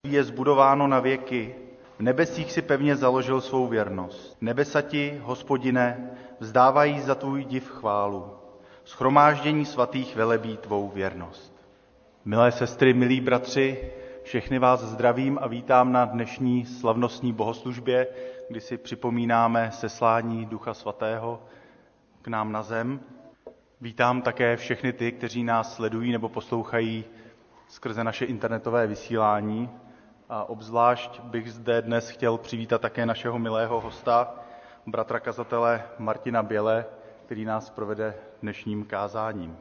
je zbudováno na věky, v nebesích si pevně založil svou věrnost. Nebesa ti, Hospodine, vzdávají za tvůj div chválu. Shromáždění svatých velebí tvou věrnost. Milé sestry, milí bratři, všechny vás zdravím a vítám na dnešní slavnostní bohoslužbě, kdy si připomínáme seslání Ducha Svatého k nám na zem. Vítám také všechny ty, kteří nás sledují nebo poslouchají skrze naše internetové vysílání. A obzvlášť bych zde dnes chtěl přivítat také našeho milého hosta, bratra kazatele Martina Běle, který nás provede dnešním kázáním.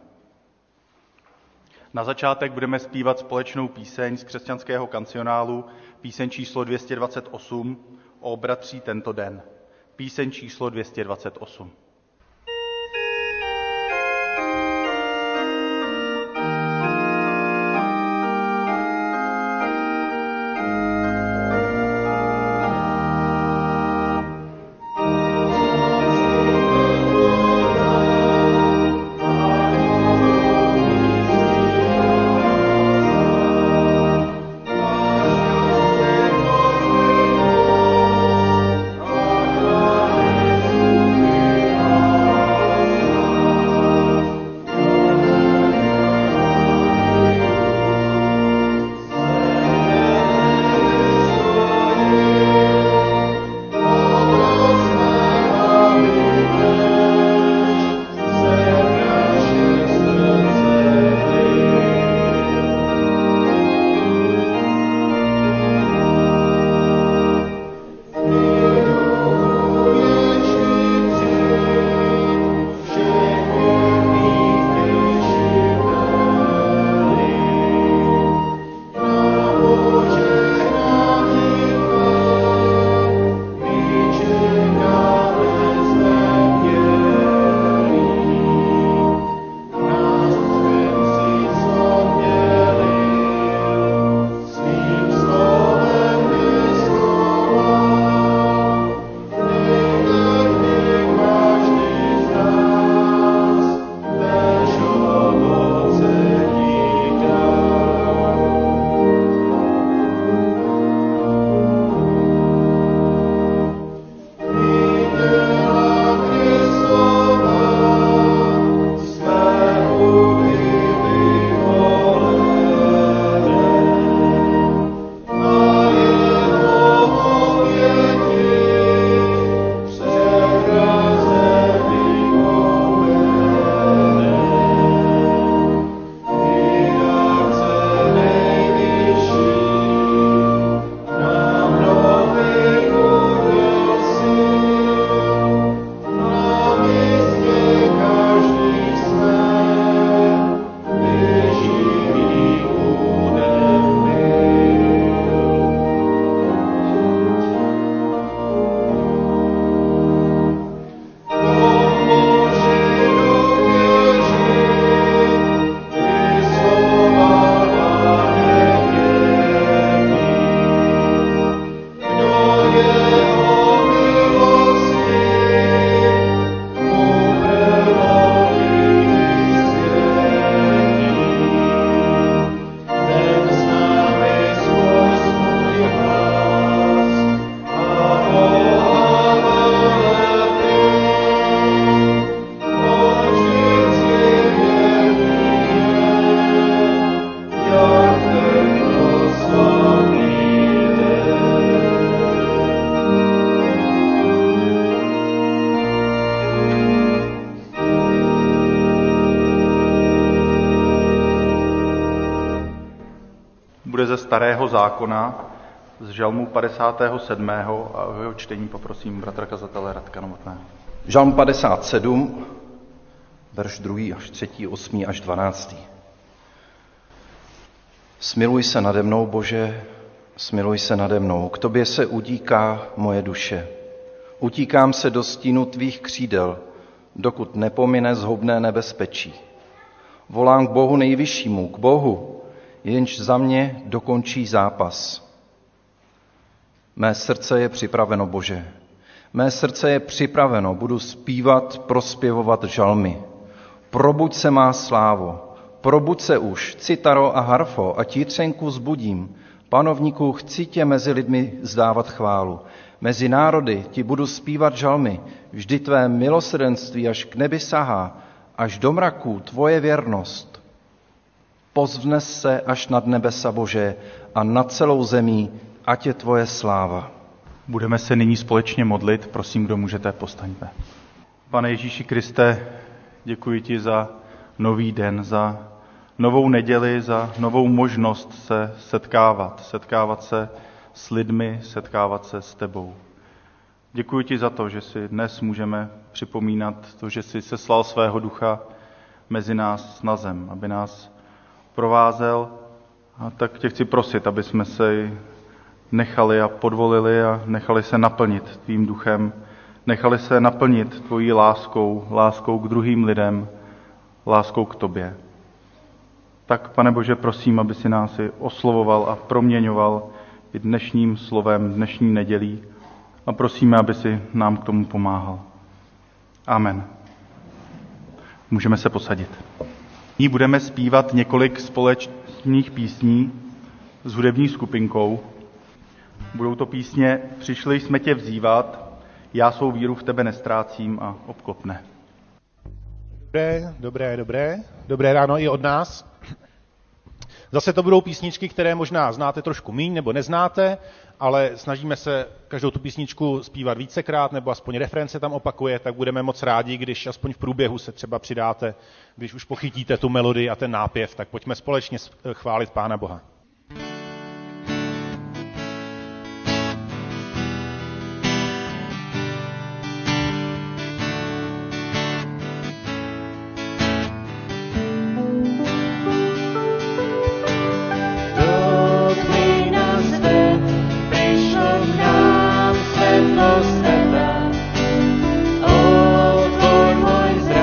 Na začátek budeme zpívat společnou píseň z křesťanského kancionálu, píseň číslo 228, O bratří tento den. Píseň číslo 228. Ze Starého zákona, z žalmu 57. a o jeho čtení poprosím bratra kazatele Radka Novotného. Žalm 57, verš 2. až 3., 8. až 12. Smiluj se nade mnou, Bože, smiluj se nade mnou, k tobě se utíká moje duše. Utíkám se do stínu tvých křídel, dokud nepomine zhoubné nebezpečí. Volám k Bohu nejvyššímu, k Bohu, jenž za mě dokončí zápas. Mé srdce je připraveno, Bože. Mé srdce je připraveno, budu zpívat, prospěvovat žalmy. Probuď se, má slávo, probuď se už, citaro a harfo, a jitřenku zbudím, Panovníku, chci tě mezi lidmi vzdávat chválu. Mezi národy ti budu zpívat žalmy. Vždy tvé milosrdenství až k nebi sahá, až do mraků tvoje věrnost. Povznes se až nad nebesa, Bože, a nad celou zemí, ať je tvoje sláva. Budeme se nyní společně modlit, prosím, kdo můžete, povstaňte. Pane Ježíši Kriste, děkuji ti za nový den, za novou neděli, za novou možnost se setkávat se s lidmi, setkávat se s tebou. Děkuji ti za to, že si dnes můžeme připomínat to, že jsi seslal svého ducha mezi nás na zem, aby nás provázel. A tak tě chci prosit, aby jsme se nechali a podvolili a nechali se naplnit tvým duchem, nechali se naplnit tvojí láskou k druhým lidem, láskou k tobě. Tak, Pane Bože, prosím, aby si nás i oslovoval a proměňoval i dnešním slovem, dnešní nedělí a prosíme, aby si nám k tomu pomáhal. Amen. Můžeme se posadit. Nyní budeme zpívat několik společných písní s hudební skupinkou. Budou to písně Přišli jsme tě vzývat, Já svou víru v tebe nestrácím a Obklopne. Dobré ráno i od nás. Zase to budou písničky, které možná znáte trošku míň nebo neznáte, ale snažíme se každou tu písničku zpívat vícekrát, nebo aspoň refrén se tam opakuje, tak budeme moc rádi, když aspoň v průběhu se třeba přidáte, když už pochytíte tu melodii a ten nápěv, tak pojďme společně chválit Pána Boha.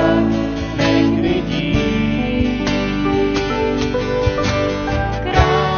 Král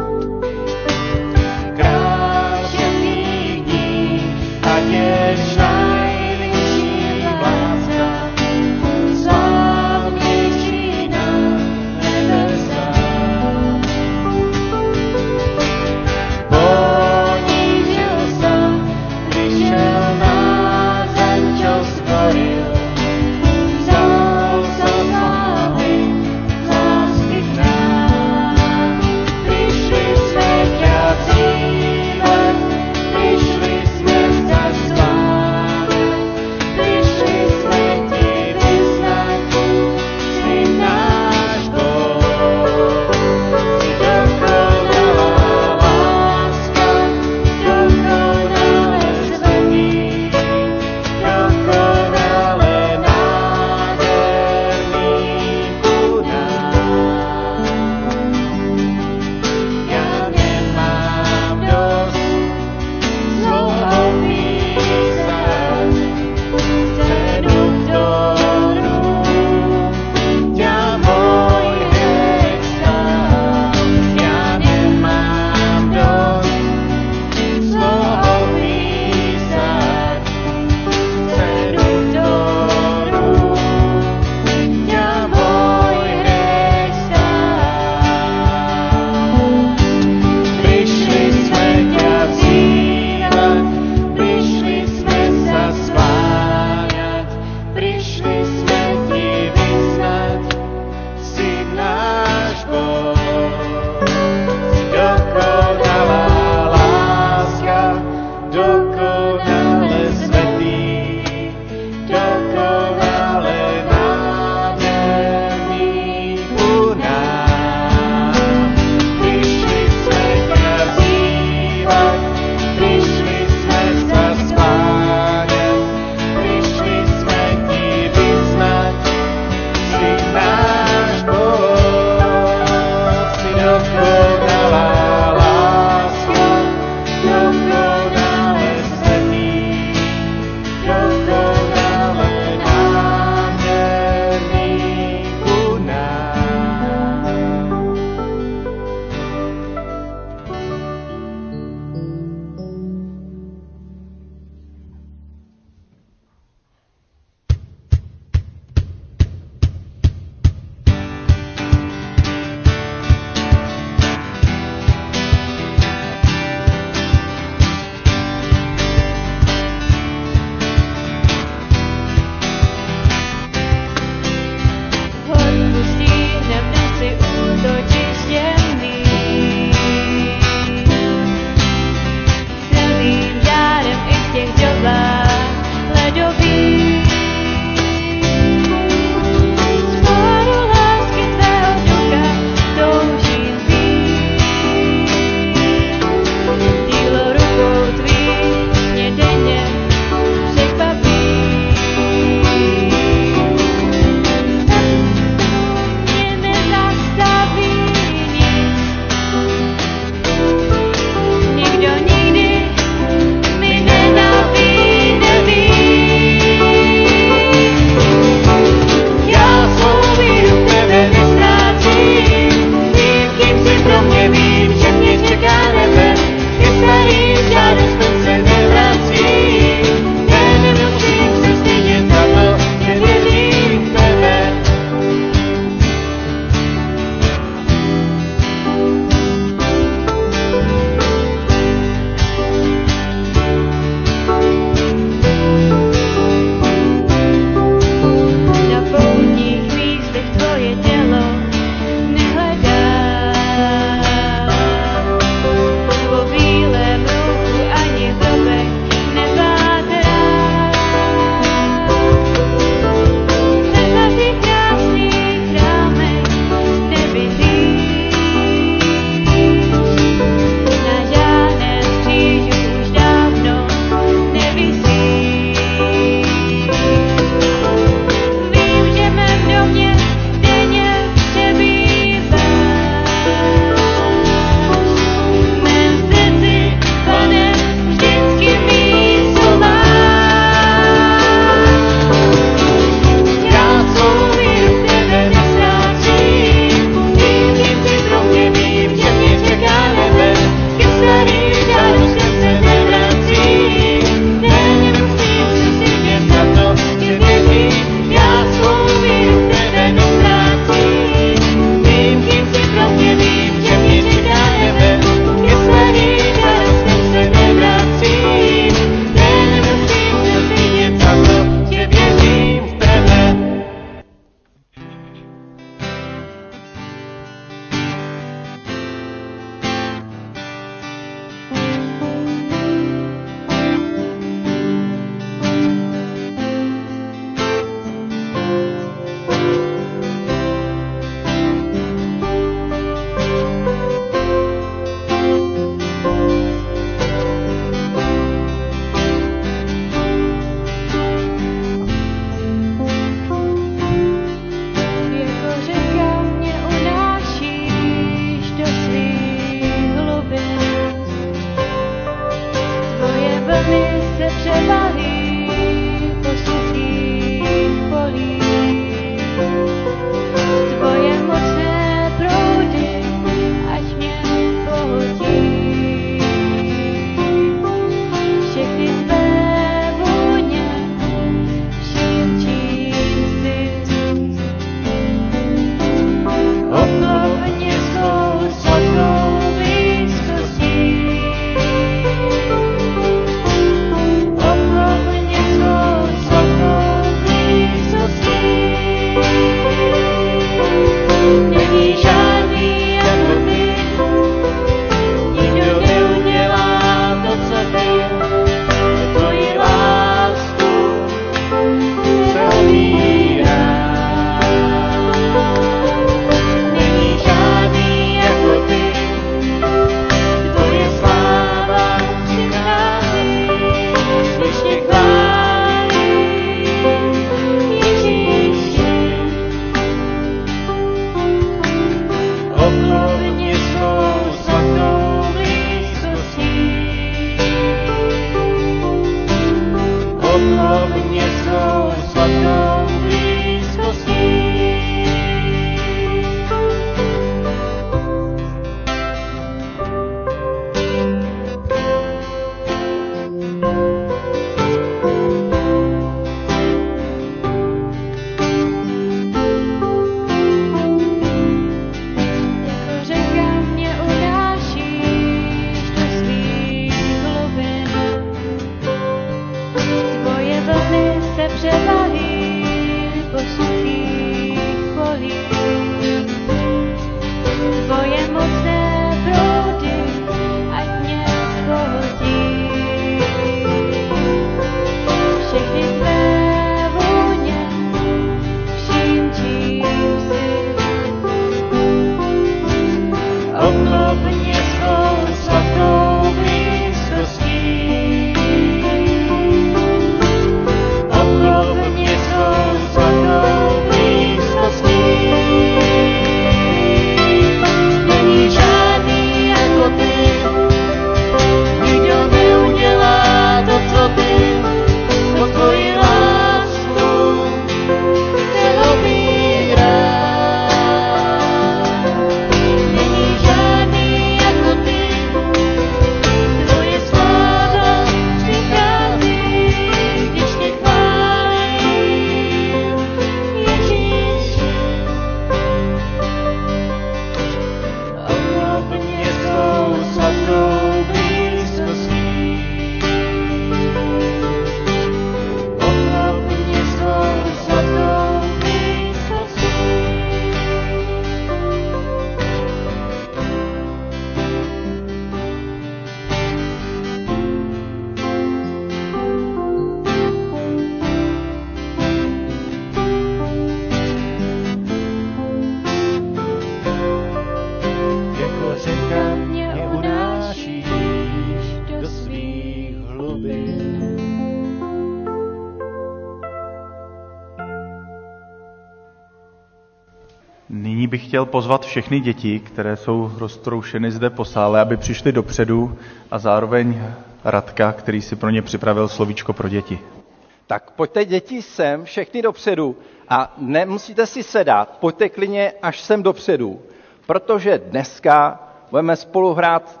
Nyní bych chtěl pozvat všechny děti, které jsou roztroušeny zde po sále, aby přišly dopředu, a zároveň Radka, který si pro ně připravil slovíčko pro děti. Tak pojďte děti sem, všechny dopředu, a nemusíte si sedat, pojďte klidně až sem dopředu, protože dneska budeme spolu hrát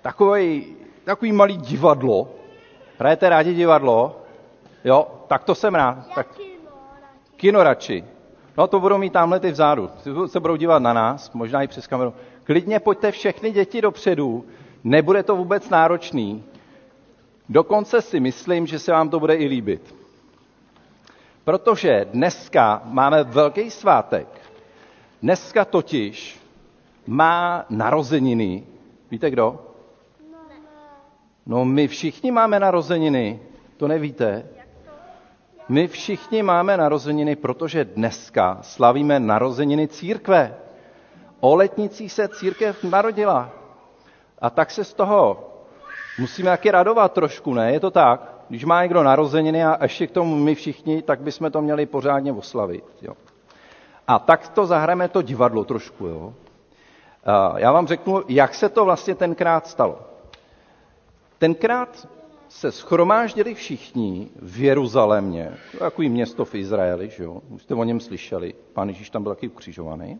takový malý divadlo. Hrajete rádi divadlo? Jo, tak to jsem rád. Tak, kino radši. No to budou mít tamhle ty vzadu. Se budou dívat na nás, možná i přes kameru. Klidně pojďte všechny děti dopředu, nebude to vůbec náročný. Dokonce si myslím, že se vám to bude i líbit. Protože dneska máme velký svátek. Dneska totiž má narozeniny. Víte kdo? No my všichni máme narozeniny. To nevíte? My všichni máme narozeniny, protože dneska slavíme narozeniny církve. O letnicích se církev narodila. A tak se z toho musíme taky radovat trošku, ne? Je to tak? Když má někdo narozeniny a ještě k tomu my všichni, tak bychom to měli pořádně oslavit. Jo? A tak to zahrajeme to divadlo trošku. Jo? Já vám řeknu, jak se to vlastně tenkrát stalo. Tenkrát se shromáždili všichni v Jeruzalémě, takový město v Izraeli, že jo? Už jste o něm slyšeli, Pán Ježíš tam byl taky ukřižovaný.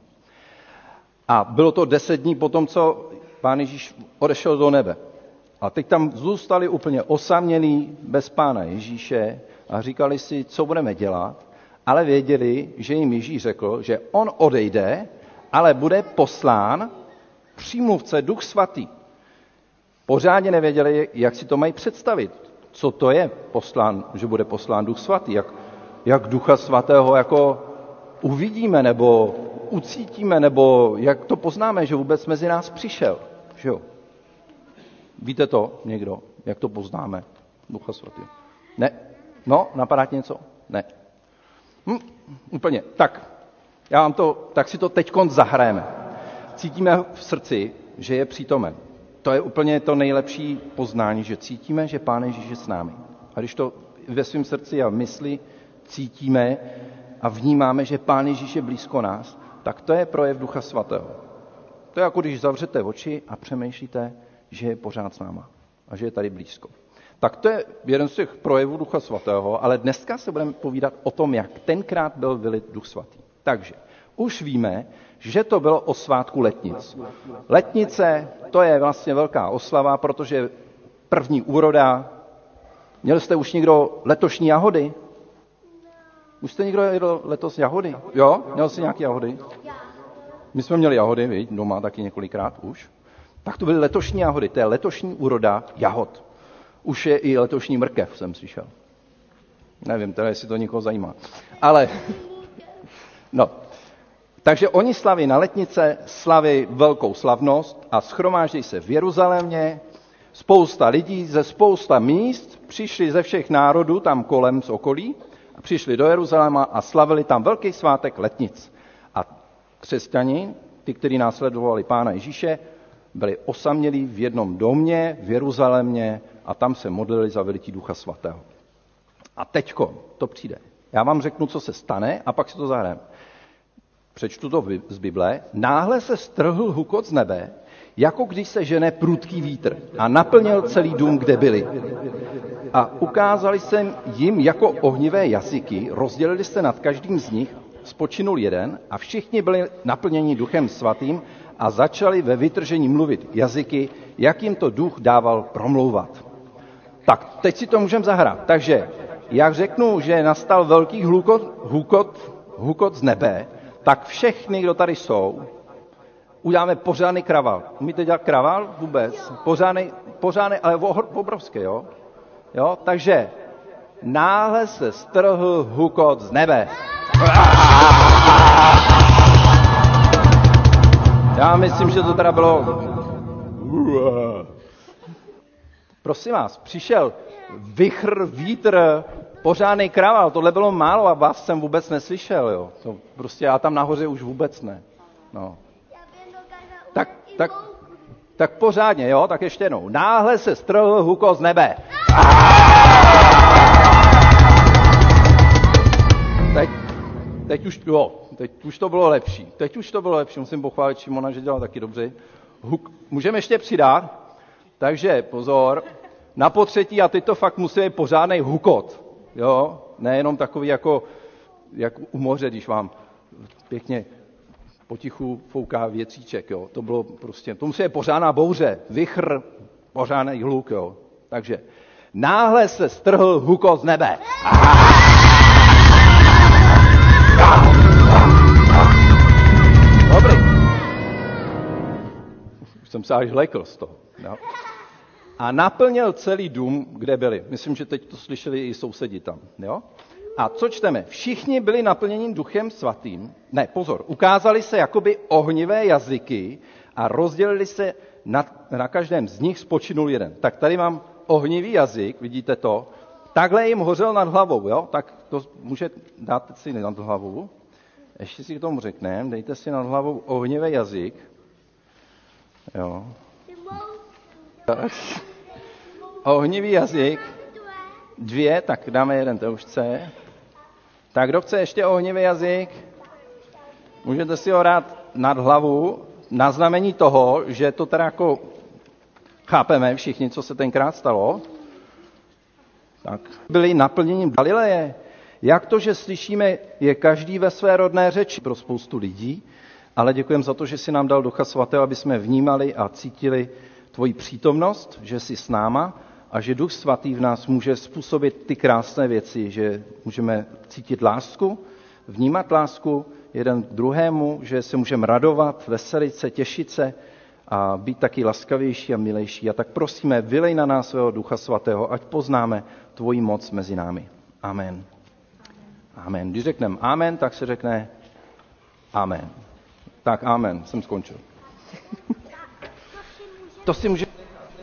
A bylo to 10 dní potom, co Pán Ježíš odešel do nebe. A teď tam zůstali úplně osamělí bez Pána Ježíše a říkali si, co budeme dělat, ale věděli, že jim Ježíš řekl, že on odejde, ale bude poslán přímluvce, Duch Svatý. Pořádně nevěděli, jak si to mají představit. Co to je poslán, že bude poslán Duch Svatý? Jak Ducha Svatého jako uvidíme, nebo ucítíme, nebo jak to poznáme, že vůbec mezi nás přišel? Že jo? Víte to někdo? Jak to poznáme? Ducha Svatého. Ne? No, napadá ti něco? Ne. Úplně. Tak si to teďkon zahrajeme. Cítíme v srdci, že je přítomen. To je úplně to nejlepší poznání, že cítíme, že Pán Ježíš je s námi. A když to ve svém srdci a mysli cítíme a vnímáme, že Pán Ježíš je blízko nás, tak to je projev Ducha Svatého. To je jako když zavřete oči a přemýšlíte, že je pořád s náma a že je tady blízko. Tak to je jeden z těch projevů Ducha Svatého, ale dneska se budeme povídat o tom, jak tenkrát byl vylit Duch Svatý. Takže už víme, že to bylo o svátku letnic. Letnice, to je vlastně velká oslava, protože první úroda. Měli jste už někdo letošní jahody? Už jste někdo jedl letos jahody? Jo? Měl jsi nějaké jahody? My jsme měli jahody, viď? Doma taky několikrát už. Tak to byly letošní jahody, to je letošní úroda jahod. Už je i letošní mrkev, jsem slyšel. Nevím, teda jestli to někoho zajímá. Ale No, takže oni slaví na letnice, slaví velkou slavnost a shromáždí se v Jeruzalémě. Spousta lidí ze spousta míst přišli ze všech národů tam kolem z okolí a přišli do Jeruzaléma a slavili tam velký svátek letnic. A křesťani, ty, kteří následovali Pána Ježíše, byli osamělí v jednom domě v Jeruzalémě a tam se modlili za vylití Ducha Svatého. A teďko to přijde. Já vám řeknu, co se stane a pak si to zahrajeme. Přečtu to z Bible. Náhle se strhl hukot z nebe, jako když se žene prudký vítr a naplnil celý dům, kde byli. A ukázali se jim jako ohnivé jazyky, rozdělili se nad každým z nich, spočinul jeden a všichni byli naplněni Duchem Svatým a začali ve vytržení mluvit jazyky, jak jim to duch dával promlouvat. Tak, teď si to můžeme zahrát. Takže, jak řeknu, že nastal velký hukot z nebe, tak všechny, kdo tady jsou, uděláme pořádný kraval. Umíte dělat kraval? Vůbec. Pořádný, ale obrovský, jo? Jo? Takže náhle se strhl hukot z nebe. Já myslím, že to teda bylo... Prosím vás, přišel vichr, vítr, pořádný kraval, tohle bylo málo a vás jsem vůbec neslyšel, jo. To prostě já tam nahoře už vůbec ne. No. Tak pořádně, jo, tak ještě jednou. Náhle se strhl hukot z nebe. Teď už to bylo lepší. Musím pochválit Šimona, že dělal taky dobře. Můžeme ještě přidat? Takže pozor, na potřetí, a teď to fakt musí být pořádnej hukot. Jo? Nejenom takový jako u moře, když vám pěkně potichu fouká větříček. Jo? To bylo prostě, to musí být pořádná bouře, vichr, pořádnej hluk. Jo? Takže náhle se strhl hukot z nebe. Dobrý. Už jsem se až lekl z toho. Jo? A naplnil celý dům, kde byli. Myslím, že teď to slyšeli i sousedi tam. Jo? A co čteme? Všichni byli naplněni Duchem Svatým. Ne, pozor. Ukázali se jakoby ohnivé jazyky a rozdělili se na každém z nich spočinul jeden. Tak tady mám ohnivý jazyk, vidíte to? Takhle jim hořel nad hlavou. Jo? Tak to můžete dát si nad hlavou. Ještě si k tomu řekneme. Dejte si nad hlavou ohnivý jazyk. Jo. Tak. Ohnivý jazyk. 2, tak dáme jeden, to už chce. Tak kdo chce ještě ohnivý jazyk? Můžete si ho dát nad hlavu na znamení toho, že to teda jako chápeme všichni, co se tenkrát stalo. Tak. Byli naplněním Galileje. Jak to, že slyšíme, je každý ve své rodné řeči pro spoustu lidí, ale děkujeme za to, že jsi nám dal Ducha Svatého, aby jsme vnímali a cítili tvoji přítomnost, že jsi s náma a že Duch Svatý v nás může způsobit ty krásné věci, že můžeme cítit lásku, vnímat lásku jeden k druhému, že se můžeme radovat, veselit se, těšit se a být taky laskavější a milejší. A tak prosíme, vylej na nás svého Ducha Svatého, ať poznáme tvoji moc mezi námi. Amen. Amen. Když řekneme amen, tak se řekne amen. Tak amen, jsem skončil. To si může...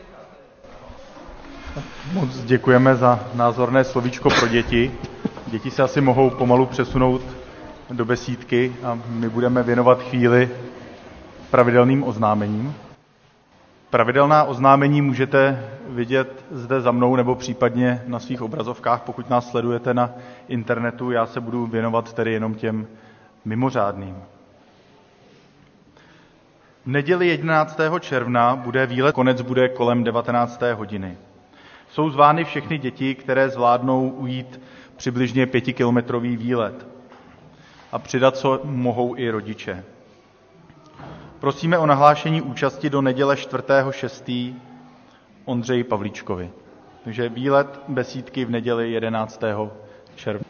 Moc děkujeme za názorné slovíčko pro děti. Děti se asi mohou pomalu přesunout do besídky a my budeme věnovat chvíli pravidelným oznámením. Pravidelná oznámení můžete vidět zde za mnou nebo případně na svých obrazovkách, pokud nás sledujete na internetu. Já se budu věnovat tedy jenom těm mimořádným. V neděli 11. června bude výlet, konec bude kolem 19. hodiny. Jsou zvány všechny děti, které zvládnou ujít přibližně 5kilometrový výlet. A přidat co mohou i rodiče. Prosíme o nahlášení účasti do neděle 4.6. Ondřeji Pavlíčkovi. Takže výlet besídky v neděli 11. června.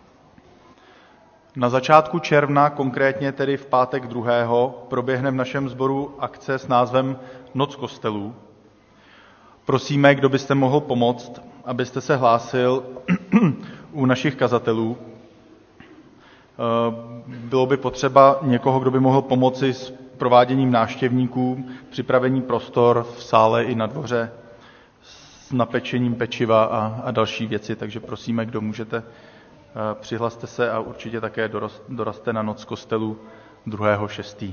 Na začátku června, konkrétně tedy v pátek 2. proběhne v našem sboru akce s názvem Noc kostelů. Prosíme, kdo byste mohl pomoct, abyste se hlásil u našich kazatelů. Bylo by potřeba někoho, kdo by mohl pomoci s prováděním návštěvníků, připravení prostor v sále i na dvoře, s napečením pečiva a další věci, takže prosíme, kdo můžete, přihlaste se a určitě také dorazte na noc kostelu 2.6.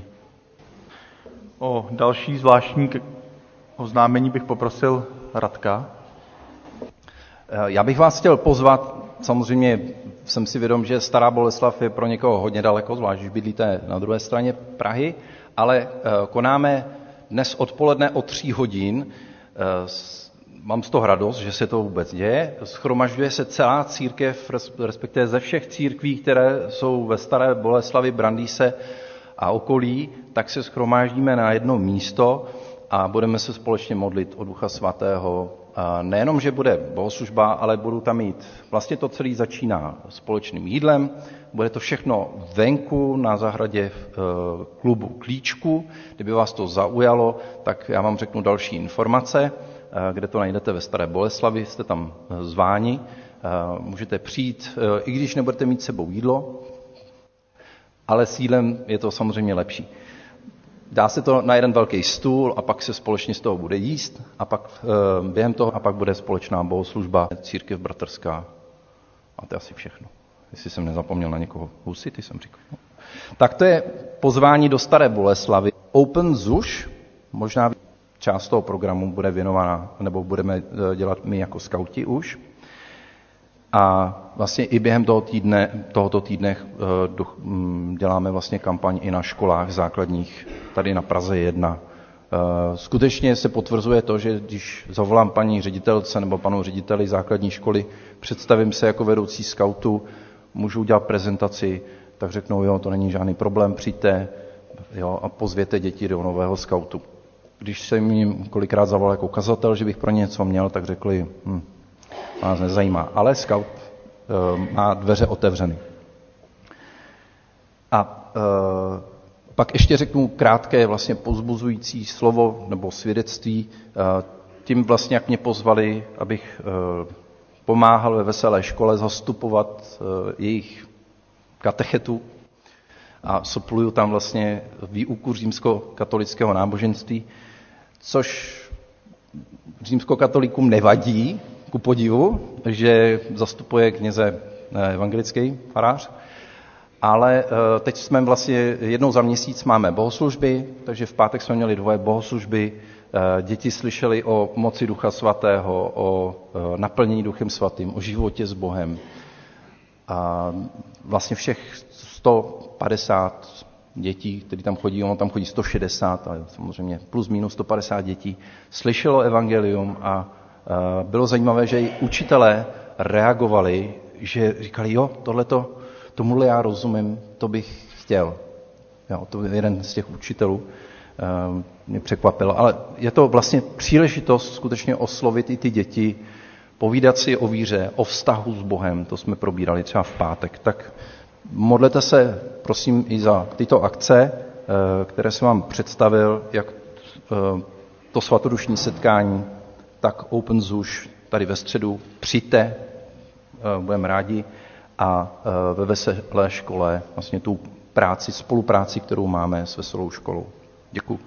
O další zvláštní oznámení bych poprosil Radka. Já bych vás chtěl pozvat, samozřejmě jsem si vědom, že Stará Boleslav je pro někoho hodně daleko, zvlášť když bydlíte na druhé straně Prahy, ale konáme dnes odpoledne od 3 hodin. Mám z toho radost, že se to vůbec děje. Shromažďuje se celá církev, respektive ze všech církví, které jsou ve Staré Boleslavi, Brandýse a okolí, tak se shromáždíme na jedno místo a budeme se společně modlit o Ducha Svatého. A nejenom, že bude bohoslužba, ale budou tam mít, vlastně to celé začíná společným jídlem, bude to všechno venku na zahradě klubu Klíčku. Kdyby vás to zaujalo, tak já vám řeknu další informace, kde to najdete ve Staré Boleslavi, jste tam zváni, můžete přijít, i když nebudete mít s sebou jídlo, ale s jídlem je to samozřejmě lepší. Dá se to na jeden velký stůl a pak se společně z toho bude jíst a pak během toho a pak bude společná bohoslužba, církev bratrská. A to je asi všechno. Jestli jsem nezapomněl na někoho. Husity jsem říkal. Tak to je pozvání do Staré Boleslavy. Open ZUŠ, možná část toho programu bude věnována, nebo budeme dělat my jako skauti už. A vlastně i během tohoto týdne děláme vlastně kampaň i na školách základních, tady na Praze 1. Skutečně se potvrzuje to, že když zavolám paní ředitelce nebo panu řediteli základní školy, představím se jako vedoucí skautu, můžu udělat prezentaci, tak řeknou, jo, to není žádný problém, přijďte, jo, a pozvěte děti do nového skautu. Když jsem jim kolikrát zavolal jako kazatel, že bych pro ně něco měl, tak řekli, nás nezajímá, ale scout má dveře otevřeny. A pak ještě řeknu krátké vlastně povzbuzující slovo nebo svědectví. Tím vlastně, jak mě pozvali, abych pomáhal ve Veselé škole zastupovat jejich katechetu a supluju tam vlastně výuku římskokatolického náboženství, což římskokatolíkům nevadí, ku podivu, že zastupuje kněze evangelický farář, ale teď jsme vlastně jednou za měsíc máme bohoslužby, takže v pátek jsme měli 2 bohoslužby, děti slyšeli o moci Ducha Svatého, o naplnění Duchem Svatým, o životě s Bohem. A vlastně všech 150 dětí, kteří tam chodí, ono tam chodí 160, ale samozřejmě plus minus 150 dětí, slyšelo evangelium a bylo zajímavé, že i učitelé reagovali, že říkali, jo, tomuhle já rozumím, to bych chtěl. Jo, to je jeden z těch učitelů, mě překvapilo. Ale je to vlastně příležitost skutečně oslovit i ty děti, povídat si o víře, o vztahu s Bohem, to jsme probírali třeba v pátek. Tak modlete se, prosím, i za tyto akce, které jsem vám představil, jak to svatodušní setkání, tak Open ZUŠ tady ve středu. Přijďte, budeme rádi, a ve Veselé škole vlastně tu spolupráci, kterou máme s Veselou školou. Děkuji.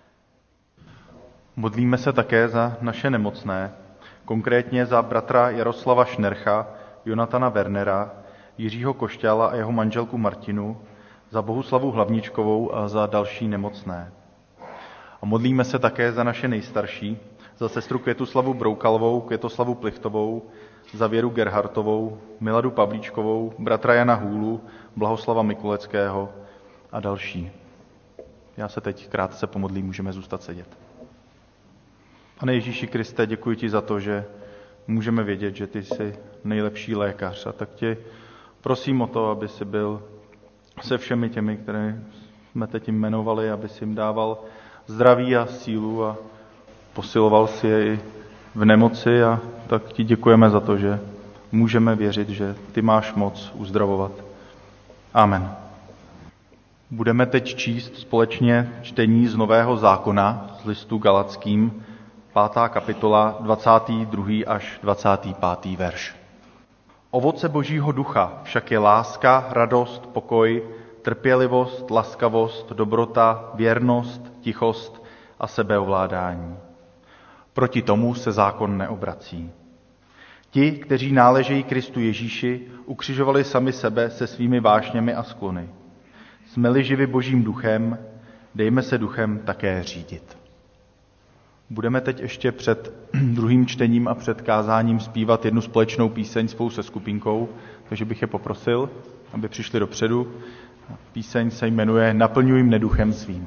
Modlíme se také za naše nemocné, konkrétně za bratra Jaroslava Šnercha, Jonatana Wernera, Jiřího Košťála a jeho manželku Martinu, za Bohuslavu Hlavničkovou a za další nemocné. A modlíme se také za naše nejstarší, za sestru Květoslavu Broukalovou, Květoslavu Plichtovou, za Věru Gerhartovou, Miladu Pavlíčkovou, bratra Jana Hůlu, Blahoslava Mikuleckého a další. Já se teď krátce pomodlím, můžeme zůstat sedět. Pane Ježíši Kriste, děkuji ti za to, že můžeme vědět, že ty jsi nejlepší lékař. A tak tě prosím o to, aby jsi byl se všemi těmi, které jsme teď jmenovali, aby jsi jim dával zdraví a sílu a posiloval si je i v nemoci. A tak ti děkujeme za to, že můžeme věřit, že ty máš moc uzdravovat. Amen. Budeme teď číst společně čtení z Nového zákona z listu Galackým, 5. kapitola, 22. až 25. verš. Ovoce Božího ducha však je láska, radost, pokoj, trpělivost, laskavost, dobrota, věrnost, tichost a sebeovládání. Proti tomu se zákon neobrací. Ti, kteří náležejí Kristu Ježíši, ukřižovali sami sebe se svými vášněmi a sklony. Jsme-li živi Božím duchem, dejme se duchem také řídit. Budeme teď ještě před druhým čtením a před kázáním zpívat jednu společnou píseň spolu se skupinkou, takže bych je poprosil, aby přišli dopředu. Píseň se jmenuje Naplňuj mne duchem svým.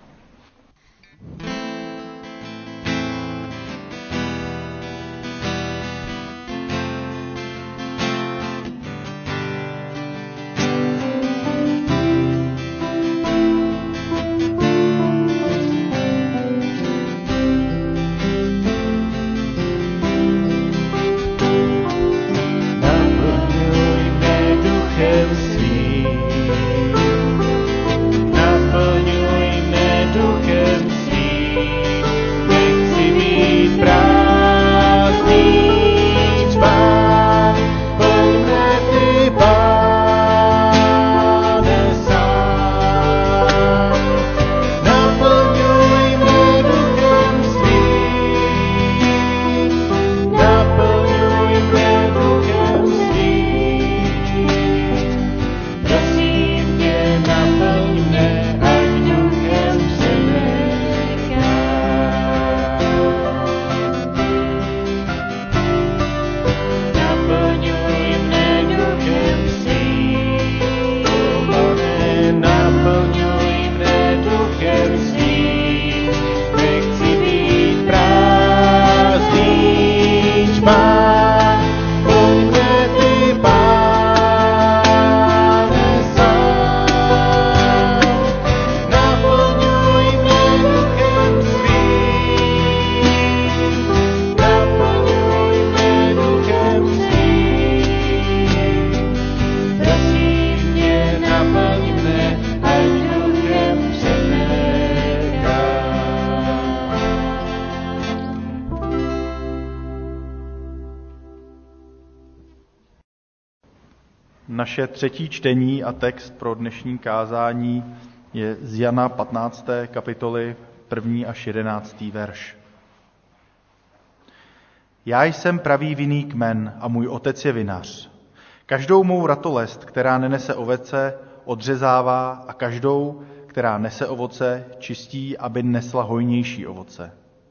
Naše třetí čtení a text pro dnešní kázání je z Jana 15. kapitoly 1. až 11. verš. Já jsem pravý vinný kmen a můj otec je vinař. Každou mou ratolest, která nenese ovoce, odřezává a každou, která nese ovoce, čistí, aby nesla hojnější ovoce.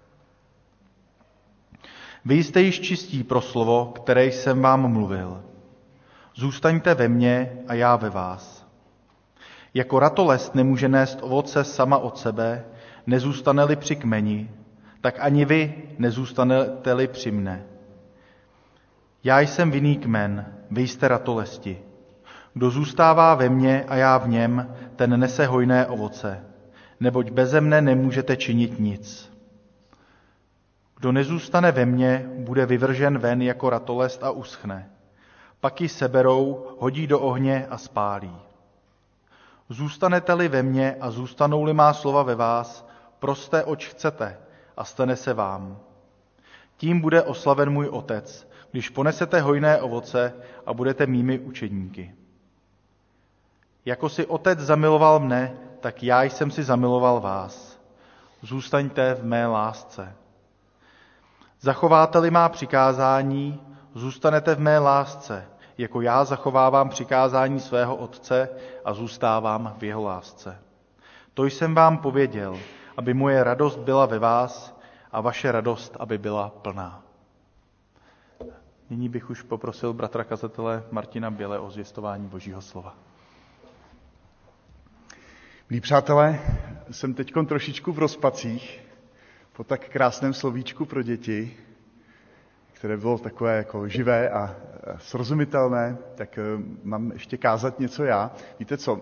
Vy jste již čistí pro slovo, které jsem vám mluvil. Zůstaňte ve mně a já ve vás. Jako ratolest nemůže nést ovoce sama od sebe, nezůstane-li při kmeni, tak ani vy nezůstanete-li při mne. Já jsem vinný kmen, vy jste ratolesti. Kdo zůstává ve mně a já v něm, ten nese hojné ovoce, neboť beze mne nemůžete činit nic. Kdo nezůstane ve mně, bude vyvržen ven jako ratolest a uschne. Pak ji seberou, hodí do ohně a spálí. Zůstanete-li ve mně a zůstanou-li má slova ve vás, proste, oč chcete, a stane se vám. Tím bude oslaven můj otec, když ponesete hojné ovoce a budete mými učedníky. Jako si otec zamiloval mne, tak já jsem si zamiloval vás. Zůstaňte v mé lásce. Zachováte-li má přikázání, zůstanete v mé lásce, jako já zachovávám přikázání svého otce a zůstávám v jeho lásce. To jsem vám pověděl, aby moje radost byla ve vás a vaše radost, aby byla plná. Nyní bych už poprosil bratra kazatele Martina Běle o zvěstování Božího slova. Milí přátelé, jsem teď trošičku v rozpacích po tak krásném slovíčku pro děti, které bylo takové jako živé a srozumitelné, tak mám ještě kázat něco já. Víte co,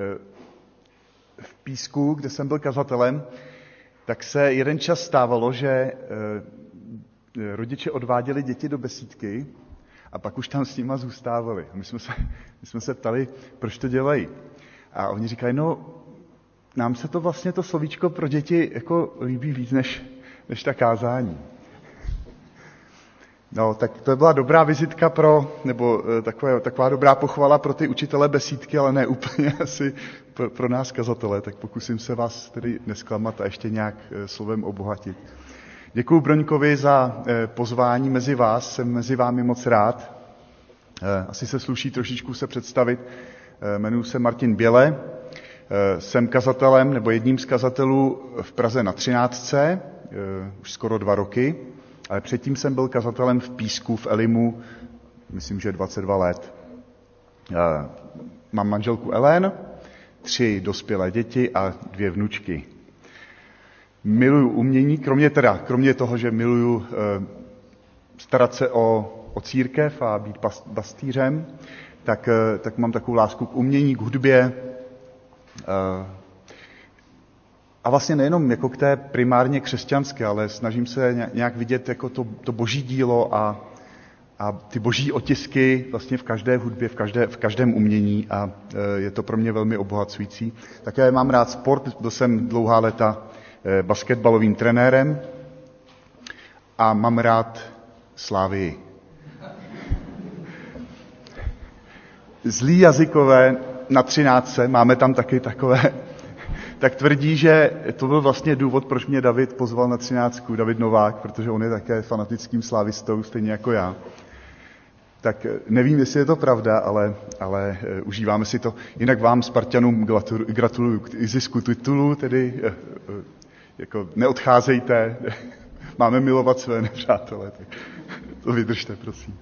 v Písku, kde jsem byl kazatelem, tak se jeden čas stávalo, že rodiče odváděli děti do besídky a pak už tam s nima zůstávali. A my jsme se ptali, proč to dělají. A oni říkali, no, nám se to vlastně to slovíčko pro děti jako líbí víc než ta kázání. No, tak to byla dobrá vizitka nebo taková dobrá pochvala pro ty učitele besídky, ale ne úplně asi pro nás kazatele, tak pokusím se vás tedy nesklamat a ještě nějak slovem obohatit. Děkuju Broňkovi za pozvání mezi vás, jsem mezi vámi moc rád. Asi se sluší trošičku se představit. Jmenuji se Martin Běle, jsem kazatelem nebo jedním z kazatelů v Praze na 13. Už skoro 2 roky, ale předtím jsem byl kazatelem v Písku, v Elimu, myslím, že 22 let. Mám manželku Ellen, 3 dospělé děti a 2 vnučky. Miluju umění, kromě toho, že miluju starat se o církev a být pastýřem, tak mám takovou lásku k umění, k hudbě a vlastně nejenom jako k té primárně křesťanské, ale snažím se nějak vidět jako to boží dílo a ty boží otisky vlastně v každé hudbě, v každém umění a je to pro mě velmi obohacující. Také mám rád sport, byl jsem dlouhá léta basketbalovým trenérem a mám rád Slavii. Zlí jazykové na 13. máme tam taky takové, tak tvrdí, že to byl vlastně důvod, proč mě David pozval na 13. David Novák, protože on je také fanatickým slavistou, stejně jako já. Tak nevím, jestli je to pravda, ale užíváme si to. Jinak vám, Spartanům, gratuluju k zisku titulu, tedy jako neodcházejte, máme milovat své nepřátele, tak to vydržte, prosím.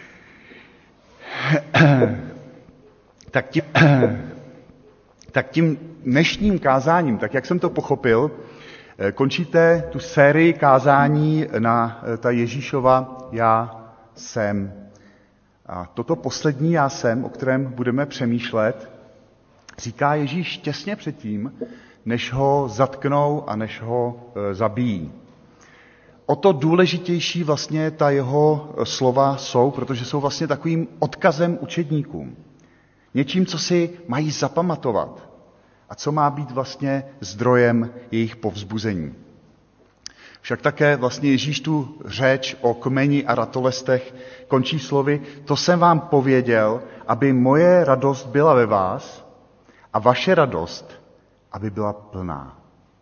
Tak tím dnešním kázáním, tak jak jsem to pochopil, končíte tu sérii kázání na ta Ježíšova Já jsem. A toto poslední Já jsem, o kterém budeme přemýšlet, říká Ježíš těsně předtím, než ho zatknou a než ho zabijí. O to důležitější vlastně ta jeho slova jsou, protože jsou vlastně takovým odkazem učedníkům. Něčím, co si mají zapamatovat a co má být vlastně zdrojem jejich povzbuzení. Však také vlastně Ježíš tu řeč o kmeni a ratolestech končí slovy: to jsem vám pověděl, aby moje radost byla ve vás a vaše radost, aby byla plná.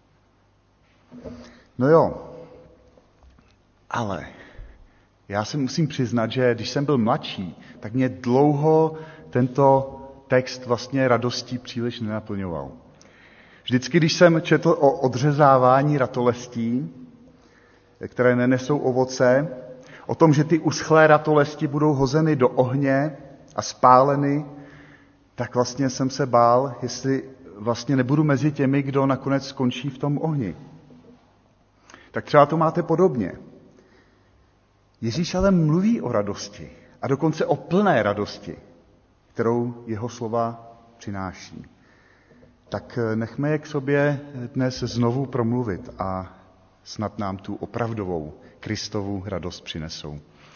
No jo, ale já se musím přiznat, že když jsem byl mladší, tak mě dlouho tento text vlastně radostí příliš nenaplňoval. Vždycky, když jsem četl o odřezávání ratolestí, které nenesou ovoce, o tom, že ty uschlé ratolesti budou hozeny do ohně a spáleny, tak vlastně jsem se bál, jestli vlastně nebudu mezi těmi, kdo nakonec skončí v tom ohni. Tak třeba to máte podobně. Ježíš ale mluví o radosti a dokonce o plné radosti, kterou jeho slova přináší. Tak nechme je k sobě dnes znovu promluvit a snad nám tu opravdovou Kristovu radost přinesou.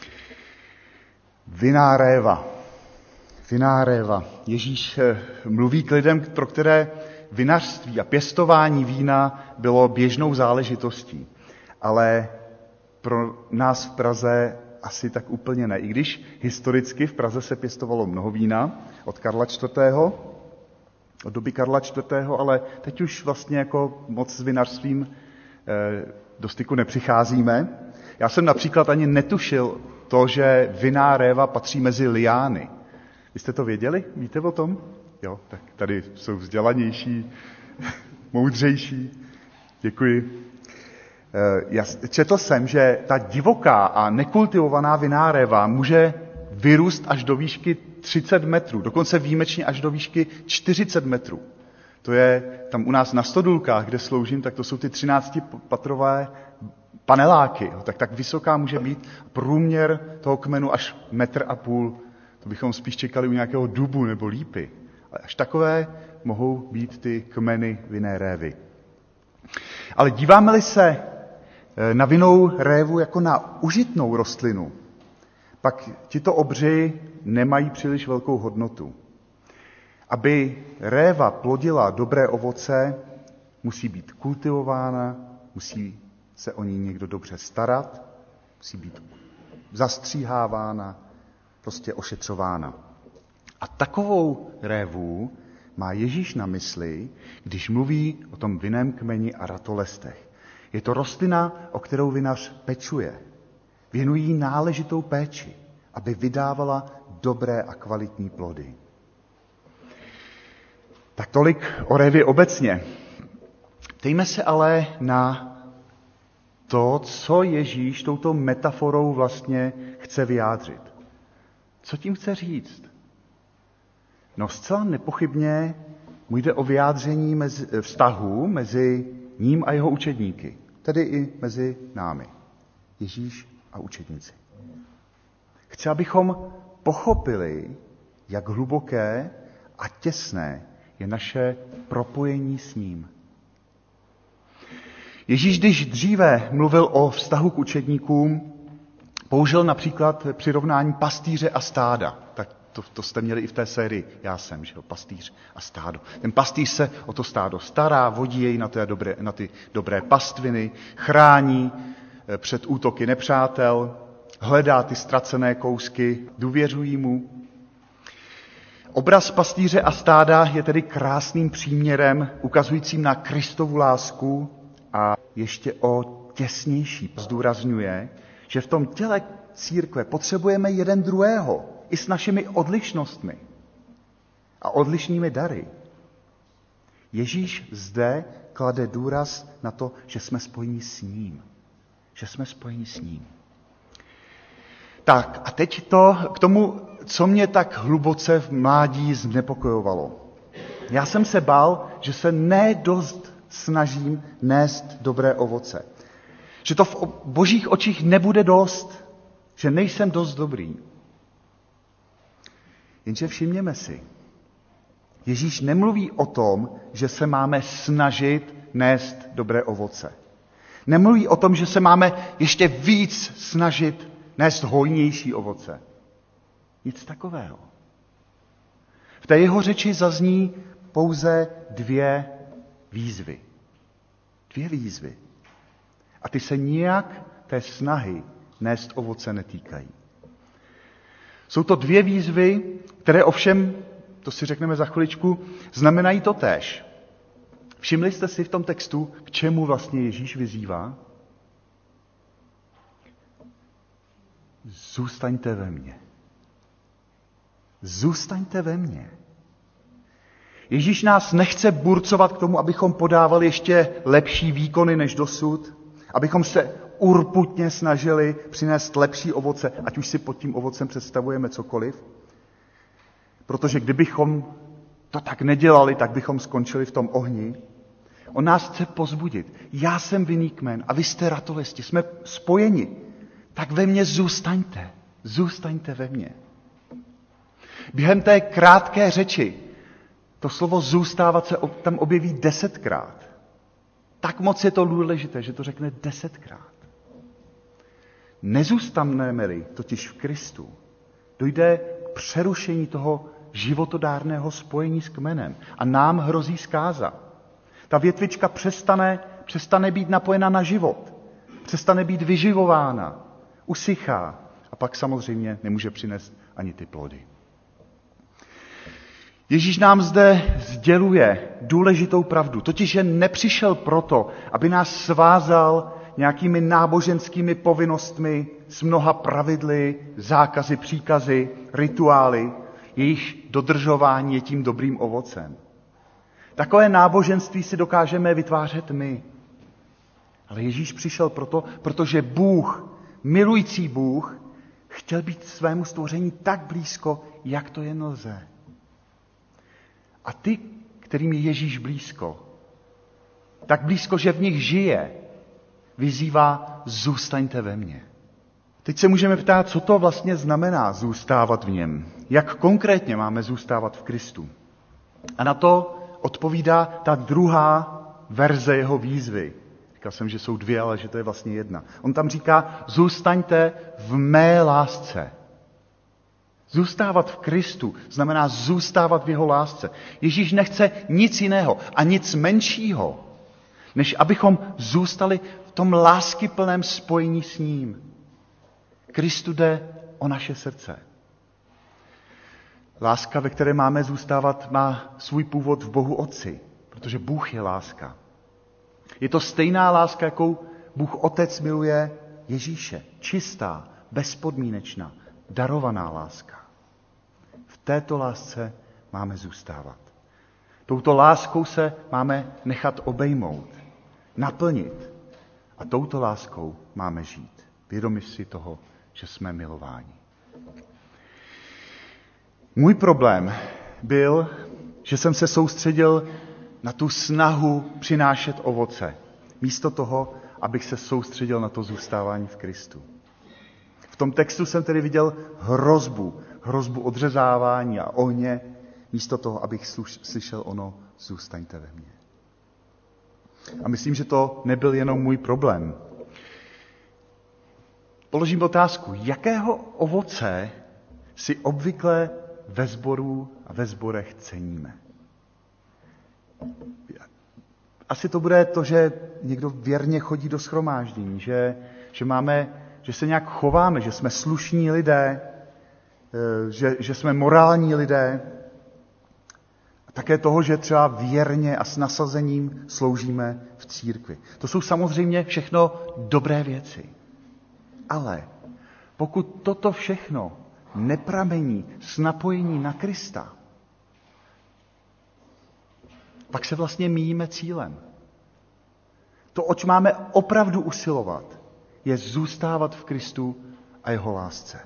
Vinná réva. Ježíš mluví k lidem, pro které vinařství a pěstování vína bylo běžnou záležitostí. Ale pro nás v Praze asi tak úplně ne. I když historicky v Praze se pěstovalo mnoho vína od Karla IV., od doby Karla IV., ale teď už vlastně jako moc s vinařstvím do styku nepřicházíme. Já jsem například ani netušil to, že vinná réva patří mezi liány. Vy jste to věděli? Víte o tom? Jo, tak tady jsou vzdělanější, moudřejší. Děkuji. Já četl jsem, že ta divoká a nekultivovaná vinná réva může vyrůst až do výšky 30 metrů, dokonce výjimečně až do výšky 40 metrů. To je tam u nás na Stodulkách, kde sloužím, tak to jsou ty 13patrové paneláky. Tak vysoká může být průměr toho kmenu až 1,5 metru. To bychom spíš čekali u nějakého dubu nebo lípy. Ale až takové mohou být ty kmeny vinné révy. Ale díváme-li se na vinnou révu jako na užitnou rostlinu, pak tito obři nemají příliš velkou hodnotu. Aby réva plodila dobré ovoce, musí být kultivována, musí se o ní někdo dobře starat, musí být zastříhávána, prostě ošetřována. A takovou révu má Ježíš na mysli, když mluví o tom vinném kmeni a ratolestech. Je to rostlina, o kterou vinař pečuje. Věnují jí náležitou péči, aby vydávala dobré a kvalitní plody. Tak tolik o révě obecně. Ptejme se ale na to, co Ježíš touto metaforou vlastně chce vyjádřit. Co tím chce říct? No zcela nepochybně mu jde o vyjádření vztahu mezi ním a jeho učedníky, tedy i mezi námi, Ježíš a učedníci. Chce, abychom pochopili, jak hluboké a těsné je naše propojení s ním. Ježíš, když dříve mluvil o vztahu k učedníkům, použil například přirovnání pastýře a stáda. Tak to jste měli i v té sérii. Já jsem, že jo, pastýř a stádo. Ten pastýř se o to stádo stará, vodí jej na ty dobré pastviny, chrání před útoky nepřátel, hledá ty ztracené kousky, důvěřují mu. Obraz pastýře a stáda je tedy krásným příměrem, ukazujícím na Kristovu lásku a ještě o těsnější zdůrazňuje, že v tom těle církve potřebujeme jeden druhého, i s našimi odlišnostmi a odlišnými dary. Ježíš zde klade důraz na to, že jsme spojeni s ním. Že jsme spojeni s ním. Tak a teď k tomu, co mě tak hluboce v mládí znepokojovalo. Já jsem se bál, že se nedost snažím nést dobré ovoce. Že to v Božích očích nebude dost, že nejsem dost dobrý. Jenže všimněme si, Ježíš nemluví o tom, že se máme snažit nést dobré ovoce. Nemluví o tom, že se máme ještě víc snažit nést hojnější ovoce. Nic takového. V té jeho řeči zazní pouze dvě výzvy. Dvě výzvy. A ty se nijak té snahy nést ovoce netýkají. Jsou to dvě výzvy, které ovšem, to si řekneme za chviličku, znamenají to též. Všimli jste si v tom textu, k čemu vlastně Ježíš vyzývá? Zůstaňte ve mně. Zůstaňte ve mně. Ježíš nás nechce burcovat k tomu, abychom podávali ještě lepší výkony než dosud, abychom se urputně snažili přinést lepší ovoce, ať už si pod tím ovocem představujeme cokoliv. Protože kdybychom to tak nedělali, tak bychom skončili v tom ohni. On nás chce povzbudit. Já jsem vinný kmen a vy jste ratolesti, jsme spojeni. Tak ve mně zůstaňte. Zůstaňte ve mně. Během té krátké řeči to slovo zůstávat se tam objeví 10krát. Tak moc je to důležité, že to řekne 10krát. Nezůstaneme-li totiž v Kristu, dojde k přerušení toho životodárného spojení s kmenem a nám hrozí zkáza. Ta větvička přestane být napojena na život, přestane být vyživována, usychá a pak samozřejmě nemůže přinést ani ty plody. Ježíš nám zde sděluje důležitou pravdu, totiž že nepřišel proto, aby nás svázal nějakými náboženskými povinnostmi s mnoha pravidly, zákazy, příkazy, rituály, jejich dodržování je tím dobrým ovocem. Takové náboženství si dokážeme vytvářet my. Ale Ježíš přišel proto, protože Bůh, milující Bůh, chtěl být svému stvoření tak blízko, jak to jen lze. A ty, kterým je Ježíš blízko, tak blízko, že v nich žije, vyzývá zůstaňte ve mně. Teď se můžeme ptát, co to vlastně znamená zůstávat v něm. Jak konkrétně máme zůstávat v Kristu. A na to odpovídá ta druhá verze jeho výzvy. Říkal jsem, že jsou dvě, ale že to je vlastně jedna. On tam říká, zůstaňte v mé lásce. Zůstávat v Kristu znamená zůstávat v jeho lásce. Ježíš nechce nic jiného a nic menšího, než abychom zůstali v tom láskyplném spojení s ním. Kristu jde o naše srdce. Láska, ve které máme zůstávat, má svůj původ v Bohu Otci, protože Bůh je láska. Je to stejná láska, jakou Bůh Otec miluje Ježíše. Čistá, bezpodmínečná, darovaná láska. V této lásce máme zůstávat. Touto láskou se máme nechat obejmout, naplnit. A touto láskou máme žít. Vědomi si toho, že jsme milováni. Můj problém byl, že jsem se soustředil na tu snahu přinášet ovoce, místo toho, abych se soustředil na to zůstávání v Kristu. V tom textu jsem tedy viděl hrozbu odřezávání a ohně, místo toho, abych slyšel ono zůstaňte ve mně. A myslím, že to nebyl jenom můj problém. Položím otázku, jakého ovoce si obvykle ve sboru a ve sborech ceníme? Asi to bude to, že někdo věrně chodí do shromáždění, že se nějak chováme, že jsme slušní lidé, že jsme morální lidé. A také toho, že třeba věrně a s nasazením sloužíme v církvi. To jsou samozřejmě všechno dobré věci. Ale pokud toto všechno nepramení s napojení na Krista, pak se vlastně míjíme cílem. To, oč máme opravdu usilovat, je zůstávat v Kristu a jeho lásce.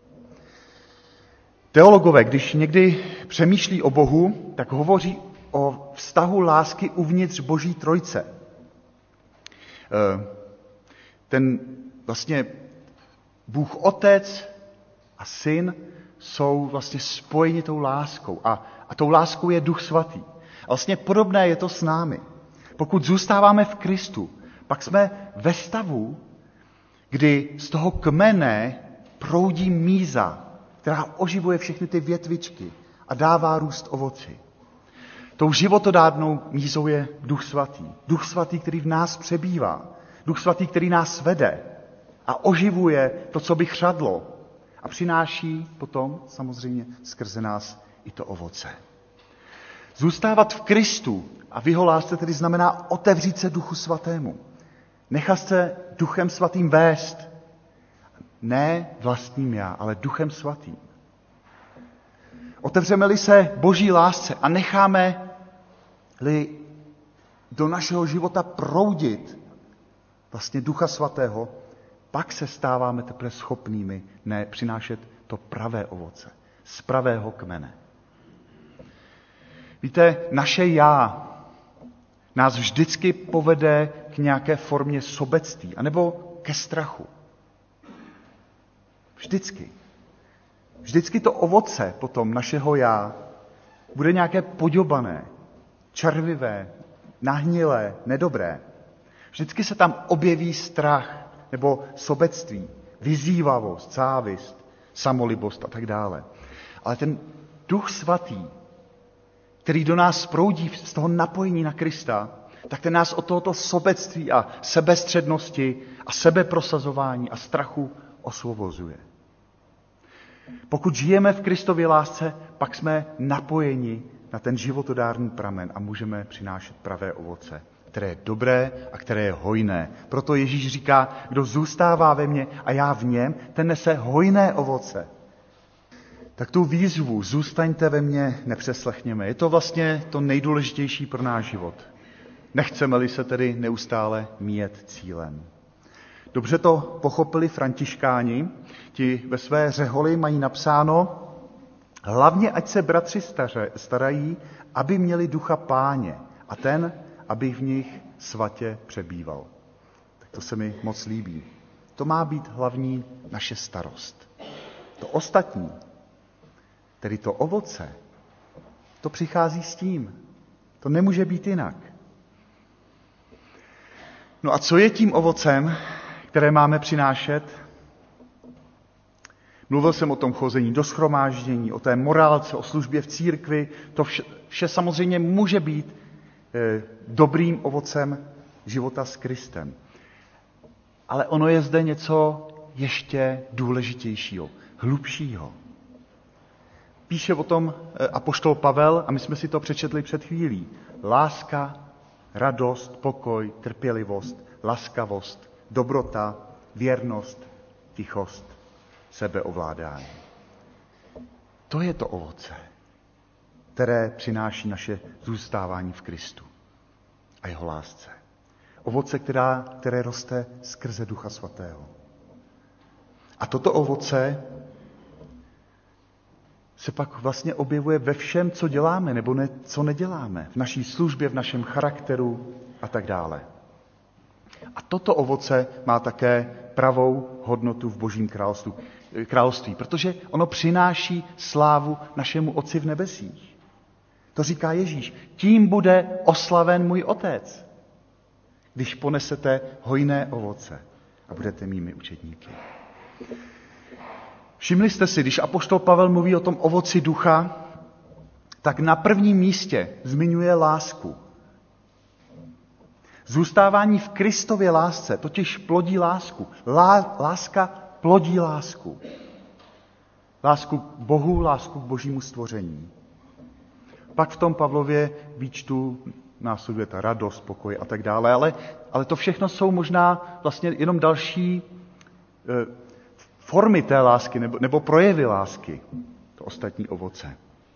Teologové, když někdy přemýšlí o Bohu, tak hovoří o vztahu lásky uvnitř Boží Trojce. Ten vlastně Bůh Otec a Syn jsou vlastně spojeni tou láskou. A tou láskou je Duch Svatý. A vlastně podobné je to s námi. Pokud zůstáváme v Kristu, pak jsme ve stavu, kdy z toho kmene proudí míza, která oživuje všechny ty větvičky a dává růst ovoci. Tou životodárnou mízou je Duch Svatý. Duch Svatý, který v nás přebývá. Duch Svatý, který nás vede a oživuje to, co by chřadlo. A přináší potom samozřejmě skrze nás i to ovoce. Zůstávat v Kristu a v jeho lásce tedy znamená otevřít se Duchu Svatému. Nechat se Duchem Svatým vést. Ne vlastním já, ale Duchem Svatým. Otevřeme-li se Boží lásce a necháme-li do našeho života proudit vlastně Ducha Svatého, pak se stáváme teprve schopnými přinášet to pravé ovoce, z pravého kmene. Víte, naše já nás vždycky povede k nějaké formě sobectví, anebo ke strachu. Vždycky. Vždycky to ovoce potom našeho já bude nějaké poďobané, červivé, nahnilé, nedobré. Vždycky se tam objeví strach nebo sobectví, vyzývavost, závist, samolibost a tak dále. Ale ten Duch Svatý, který do nás proudí z toho napojení na Krista, tak ten nás od tohoto sobectví a sebestřednosti a sebeprosazování a strachu osvobozuje. Pokud žijeme v Kristově lásce, pak jsme napojeni na ten životodárný pramen a můžeme přinášet pravé ovoce, které je dobré a které je hojné. Proto Ježíš říká, kdo zůstává ve mně a já v něm, ten nese hojné ovoce. Tak tu výzvu zůstaňte ve mně nepřeslechněme. Je to vlastně to nejdůležitější pro náš život. Nechceme-li se tedy neustále míjet cílem. Dobře to pochopili františkáni, ti ve své řeholi mají napsáno, hlavně ať se bratři starají, aby měli ducha Páně a ten, aby v nich svatě přebýval. Tak to se mi moc líbí. To má být hlavní naše starost. To ostatní, tedy to ovoce, to přichází s tím. To nemůže být jinak. No a co je tím ovocem, které máme přinášet? Mluvil jsem o tom chození do shromáždění, o té morálce, o službě v církvi. To vše samozřejmě může být dobrým ovocem života s Kristem. Ale ono je zde něco ještě důležitějšího, hlubšího. Píše o tom apoštol Pavel, a my jsme si to přečetli před chvílí. Láska, radost, pokoj, trpělivost, laskavost, dobrota, věrnost, tichost, sebeovládání. To je to ovoce, které přináší naše zůstávání v Kristu a jeho lásce. Ovoce, které roste skrze Ducha Svatého. A toto ovoce se pak vlastně objevuje ve všem, co děláme nebo co neděláme. V naší službě, v našem charakteru a tak dále. A toto ovoce má také pravou hodnotu v Božím království, protože ono přináší slávu našemu Otci v nebesích. To říká Ježíš. Tím bude oslaven můj Otec, když ponesete hojné ovoce a budete mými učedníky. Všimli jste si, když apoštol Pavel mluví o tom ovoci ducha, tak na prvním místě zmiňuje lásku. Zůstávání v Kristově lásce totiž plodí lásku. Láska plodí lásku. Lásku k Bohu, lásku k Božímu stvoření. Pak v tom Pavlově výčtu následuje ta radost, pokoj a tak dále, ale to všechno jsou možná vlastně jenom další formy té lásky nebo projevy lásky, to ostatní ovoce.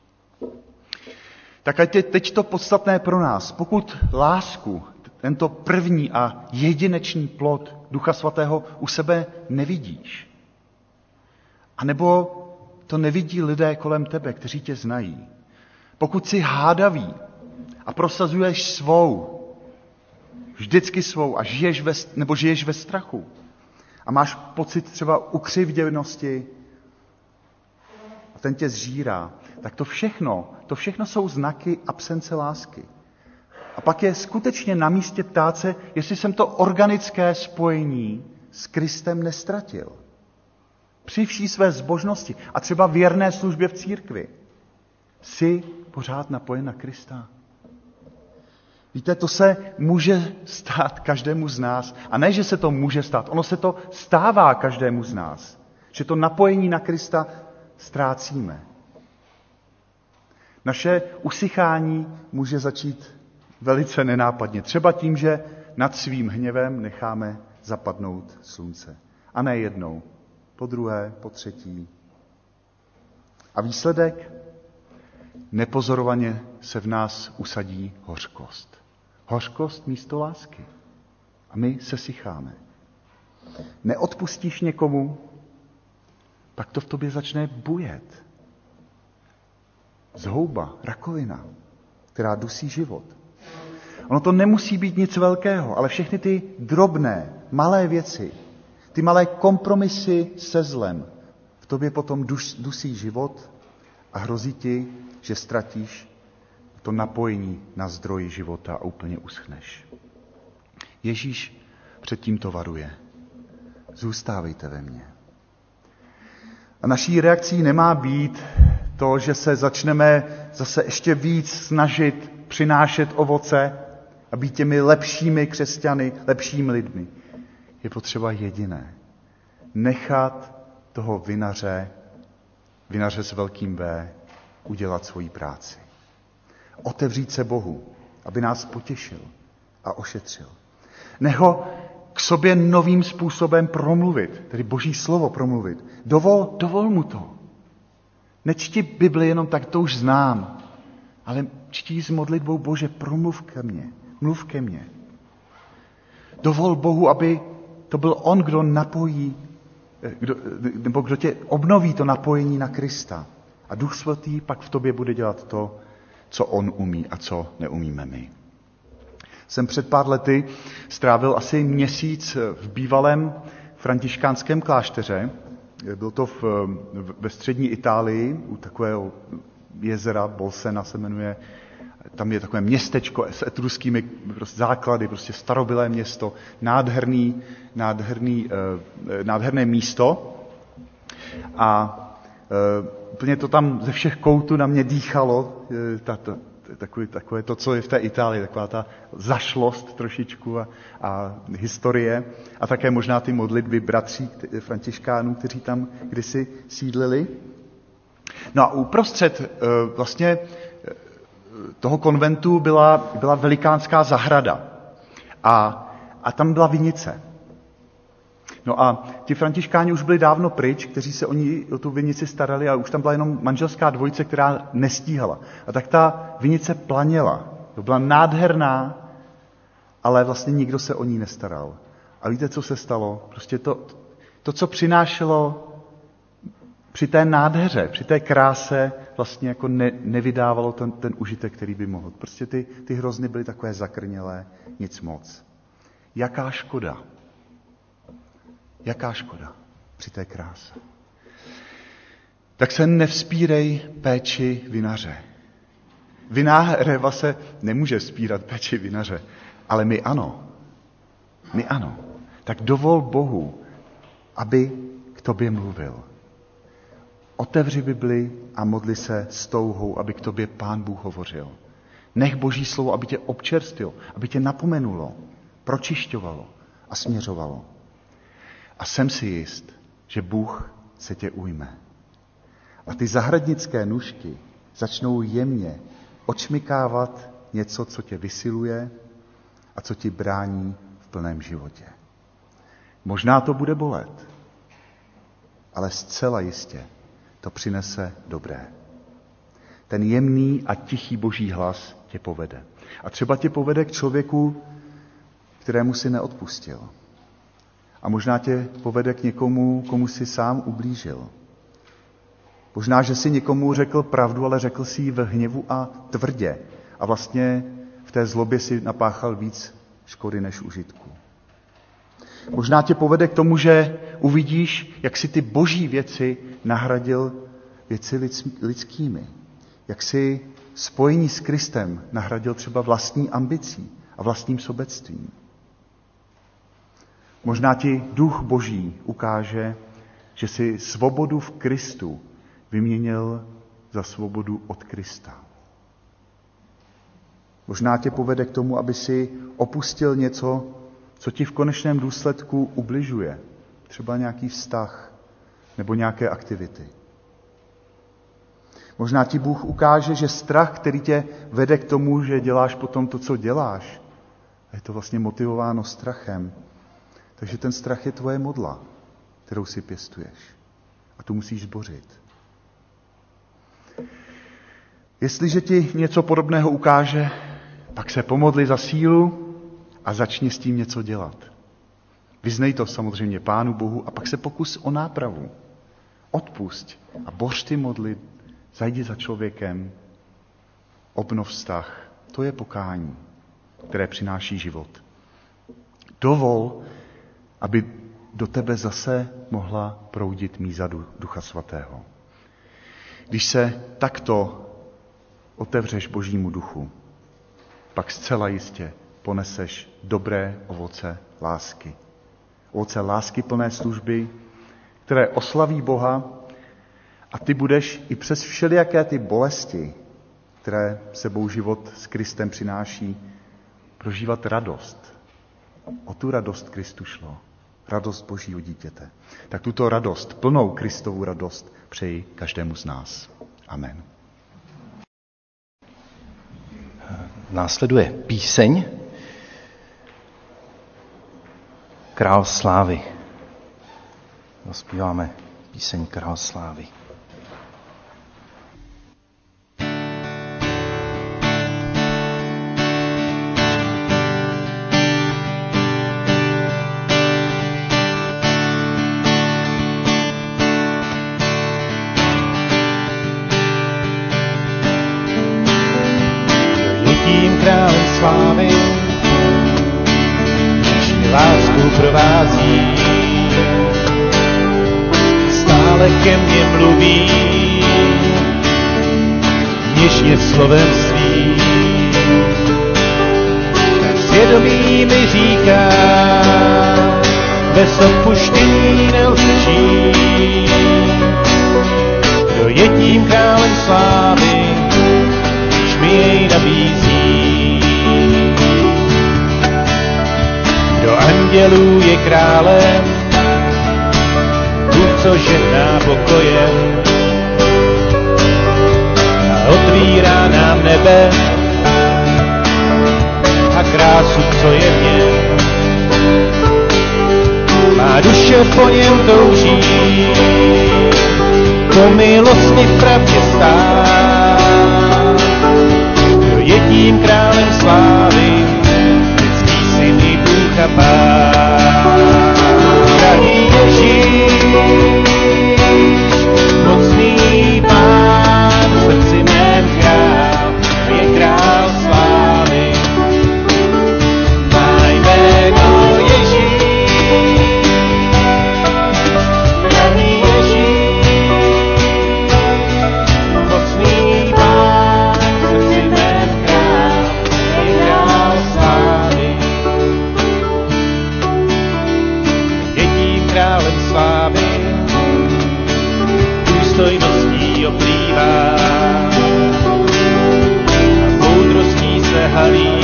Tak ať je teď to podstatné pro nás. Pokud lásku, tento první a jedinečný plod Ducha Svatého u sebe nevidíš, anebo to nevidí lidé kolem tebe, kteří tě znají, pokud jsi hádavý a prosazuješ svou, vždycky svou a žiješ ve strachu a máš pocit třeba ukřivděnosti a ten tě zžírá, tak to všechno jsou znaky absence lásky. A pak je skutečně na místě ptát se, jestli jsem to organické spojení s Kristem nestratil. Při vší své zbožnosti a třeba věrné službě v církvi jsi pořád napojen na Krista. Víte, to se může stát každému z nás. A ne, že se to může stát, ono se to stává každému z nás. Že to napojení na Krista ztrácíme. Naše usychání může začít velice nenápadně. Třeba tím, že nad svým hněvem necháme zapadnout slunce. A ne jednou, po druhé, po třetí. A výsledek? Nepozorovaně se v nás usadí hořkost. Hořkost místo lásky. A my se sycháme. Neodpustíš někomu, pak to v tobě začne bujet. Zhouba, rakovina, která dusí život. Ono to nemusí být nic velkého, ale všechny ty drobné, malé věci, ty malé kompromisy se zlem, v tobě potom dusí život a hrozí ti, že ztratíš to napojení na zdroj života a úplně uschneš. Ježíš před tímto varuje. Zůstávejte ve mně. A naší reakcí nemá být to, že se začneme zase ještě víc snažit přinášet ovoce a být těmi lepšími křesťany, lepšími lidmi. Je potřeba jediné. Nechat toho vinaře s velkým V, udělat svoji práci. Otevřít se Bohu, aby nás potěšil a ošetřil. Neho k sobě novým způsobem promluvit, tedy Boží slovo promluvit. Dovol mu to. Nečti Bibli jenom tak, to už znám, ale čtí s modlitbou Bože, promluv ke mně. Dovol Bohu, aby to byl on, kdo napojí, kdo tě obnoví to napojení na Krista. A Duch Svatý pak v tobě bude dělat to, co on umí a co neumíme my. Jsem před pár lety strávil asi měsíc v bývalém františkánském klášteře. Byl to ve střední Itálii, u takového jezera, Bolsena se jmenuje. Tam je takové městečko s etruskými základy, prostě starobylé město, nádherné místo. A úplně to tam ze všech koutů na mě dýchalo, takové to, co je v té Itálii, taková ta zašlost trošičku a historie a také možná ty modlitby bratří františkánů, kteří tam kdysi sídlili. No a uprostřed vlastně toho konventu byla velikánská zahrada a tam byla vinice. No a ti františkáni už byli dávno pryč, kteří se o tu vinici starali, a už tam byla jenom manželská dvojice, která nestíhala. A tak ta vinice planěla. To byla nádherná, ale vlastně nikdo se o ní nestaral. A víte, co se stalo? Prostě to co přinášelo při té nádheře, při té kráse, vlastně jako nevydávalo ten užitek, který by mohl. Prostě ty hrozny byly takové zakrnělé, nic moc. Jaká škoda? Jaká škoda při té kráse? Tak se nevzpírej péči vinaře. Vinářeva se nemůže vzpírat péči vinaře, ale my ano. My ano. Tak dovol Bohu, aby k tobě mluvil. Otevři Bibli a modli se s touhou, aby k tobě Pán Bůh hovořil. Nech Boží slovo, aby tě občerstvilo, aby tě napomenulo, pročišťovalo a směřovalo. A jsem si jist, že Bůh se tě ujme. A ty zahradnické nůžky začnou jemně odšmikávat něco, co tě vysiluje a co ti brání v plném životě. Možná to bude bolet, ale zcela jistě to přinese dobré. Ten jemný a tichý Boží hlas tě povede. A třeba tě povede k člověku, kterému si neodpustil. A možná tě povede k někomu, komu si sám ublížil. Možná, že si někomu řekl pravdu, ale řekl si ji ve hněvu a tvrdě. A vlastně v té zlobě si napáchal víc škody než užitku. Možná tě povede k tomu, že uvidíš, jak si ty boží věci nahradil věci lidskými. Jak si spojení s Kristem nahradil třeba vlastní ambicí a vlastním sobectvím. Možná ti Duch Boží ukáže, že si svobodu v Kristu vyměnil za svobodu od Krista. Možná tě povede k tomu, aby si opustil něco, co ti v konečném důsledku ubližuje. Třeba nějaký vztah nebo nějaké aktivity. Možná ti Bůh ukáže, že strach, který tě vede k tomu, že děláš potom to, co děláš, a je to vlastně motivováno strachem, takže ten strach je tvoje modla, kterou si pěstuješ. A tu musíš zbořit. Jestliže ti něco podobného ukáže, pak se pomodli za sílu a začni s tím něco dělat. Vyznej to samozřejmě Pánu Bohu a pak se pokus o nápravu. Odpusť a boř ty modly, zajdi za člověkem, obnov vztah. To je pokání, které přináší život. Dovol, aby do tebe zase mohla proudit míza Ducha Svatého. Když se takto otevřeš Božímu duchu, pak zcela jistě poneseš dobré ovoce lásky. Ovoce lásky plné služby, které oslaví Boha, a ty budeš i přes všelijaké ty bolesti, které sebou život s Kristem přináší, prožívat radost. O tu radost Kristu šlo. Radost Božího dítěte. Tak tuto radost, plnou Kristovu radost, přeji každému z nás. Amen. Následuje píseň Král slávy. Zaspíváme píseň Král slávy. Králem slávy, všichni lásku provází, stále ke mně mluví, něžně slovem svým. Tak svědomí mi říká, bez odpuštění neuslyší. Kdo je tím králem slávy, když mi jej nabídá, uděluje králem, Bůh, co žehná pokojem a otvírá nám nebe a krásu, co je v něm. Má duše po něm touží, po milosti v pravdě stát. Kdo je tím králem slávy, lidský syn i Bůh a Pán. Drahý Ježíš, mocný Pán, v srdci mém král, je král slávy. Má jméno Ježíš, drahý Ježíš, mocný Pán, v srdci mém král, je král slávy. Je tím králem slávy, důstojností oplývá a moudrostí se halí.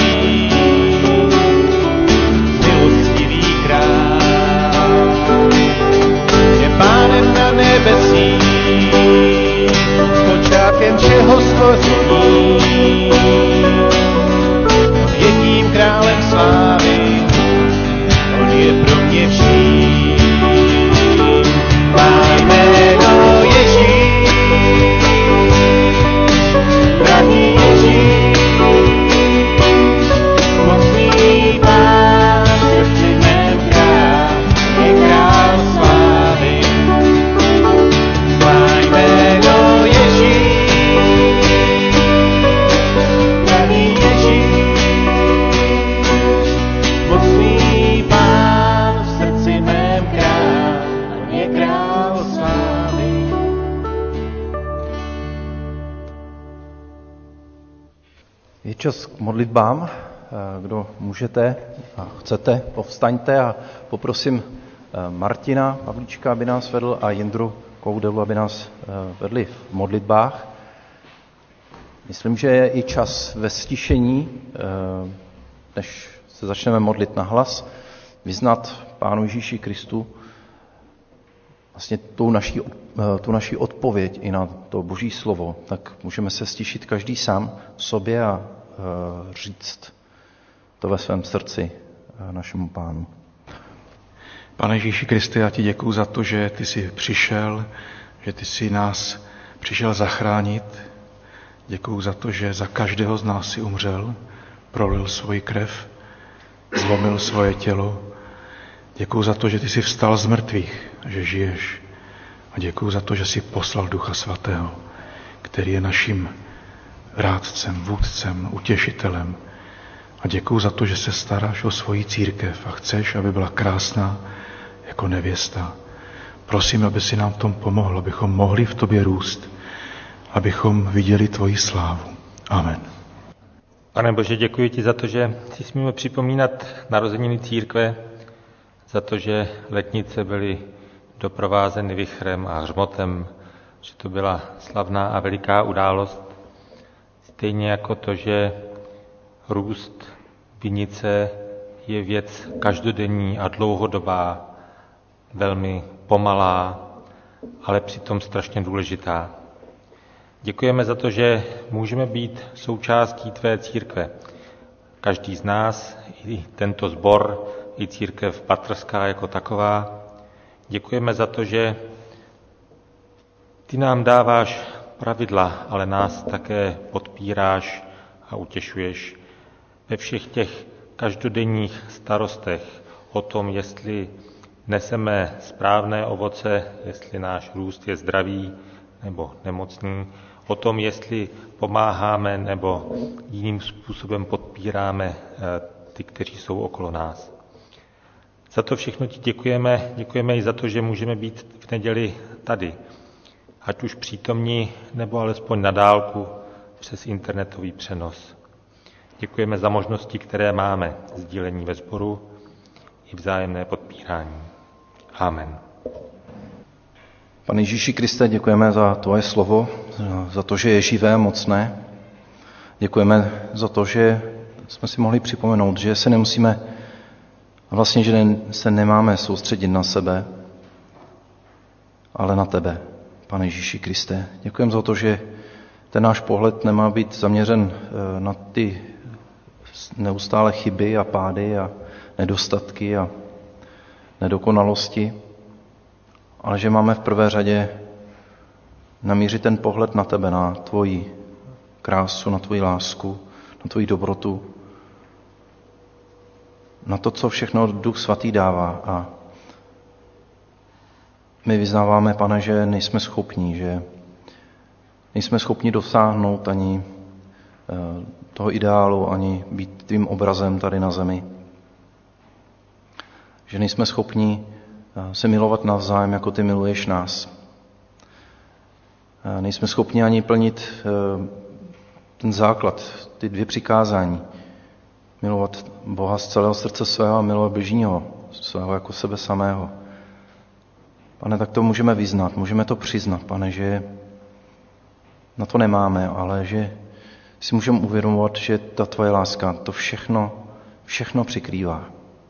Milostivý král je pánem na nebesích, počátkem všeho stvoření. On je tím králem slávy, on je pro mě vším. Má jméno Ježíš, drahý Ježíš, mocný Pán, v srdci mém král, je král slávy. Má jméno Ježíš, drahý Ježíš, mocný Pán, v srdci mém král, on je král slávy. Je čas k modlitbám. Kdo můžete a chcete, povstaňte a poprosím Martina Pavlíčka, aby nás vedl, a Jindru Koudelu, aby nás vedli v modlitbách. Myslím, že je i čas ve stišení, než se začneme modlit nahlas, vyznat Pánu Ježíši Kristu vlastně tu naši odpověď i na to Boží slovo. Tak můžeme se stišit každý sám v sobě a říct to ve svém srdci našemu Pánu. Pane Ježíši Kriste, já ti děkuju za to, že ty jsi přišel, že ty jsi nás přišel zachránit. Děkuju za to, že za každého z nás si umřel, prolil svoji krev, zlomil svoje tělo. Děkuju za to, že ty jsi vstal z mrtvých, že žiješ. A děkuju za to, že jsi poslal Ducha Svatého, který je naším rádcem, vůdcem, utěšitelem. A děkuju za to, že se staráš o svoji církev a chceš, aby byla krásná jako nevěsta. Prosím, aby si nám v tom pomohl, abychom mohli v tobě růst, abychom viděli tvoji slávu. Amen. Pane Bože, děkuji ti za to, že si smíme připomínat narozeniny církve, za to, že letnice byly doprovázeny vichrem a hřmotem, že to byla slavná a veliká událost. Stejně jako to, že růst vinice je věc každodenní a dlouhodobá, velmi pomalá, ale přitom strašně důležitá. Děkujeme za to, že můžeme být součástí tvé církve. Každý z nás, i tento sbor, i církev patrská jako taková. Děkujeme za to, že ty nám dáváš pravidla, ale nás také podpíráš a utěšuješ ve všech těch každodenních starostech o tom, jestli neseme správné ovoce, jestli náš růst je zdravý nebo nemocný, o tom, jestli pomáháme nebo jiným způsobem podpíráme ty, kteří jsou okolo nás. Za to všechno ti děkujeme. Děkujeme i za to, že můžeme být v neděli tady, ať už přítomní, nebo alespoň na dálku přes internetový přenos. Děkujeme za možnosti, které máme, sdílení ve sboru i vzájemné podpírání. Amen. Pane Ježíši Kriste, děkujeme za tvoje slovo, za to, že je živé, mocné. Děkujeme za to, že jsme si mohli připomenout, že se nemusíme A vlastně, že se nemáme soustředit na sebe, ale na tebe, Pane Ježíši Kriste. Děkujeme za to, že ten náš pohled nemá být zaměřen na ty neustále chyby a pády a nedostatky a nedokonalosti, ale že máme v prvé řadě namířit ten pohled na tebe, na tvoji krásu, na tvoji lásku, na tvoji dobrotu, na to, co všechno Duch Svatý dává. A my vyznáváme, Pane, že nejsme schopni dosáhnout ani toho ideálu, ani být tvým obrazem tady na zemi. Že nejsme schopni se milovat navzájem, jako ty miluješ nás. Nejsme schopni ani plnit ten základ, ty 2 přikázání. Milovat Boha z celého srdce svého a milovat bližního svého jako sebe samého. Pane, tak to můžeme vyznat, můžeme to přiznat, Pane, že na to nemáme, ale že si můžeme uvědomovat, že ta tvoje láska to všechno přikrývá.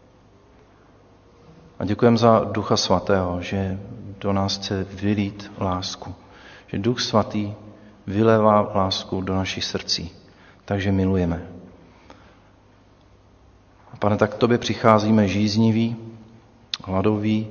A děkujeme za Ducha Svatého, že do nás chce vylít lásku. Že Duch Svatý vylévá lásku do našich srdcí. Takže milujeme. A Pane, tak k tobě přicházíme žízniví, hladoví.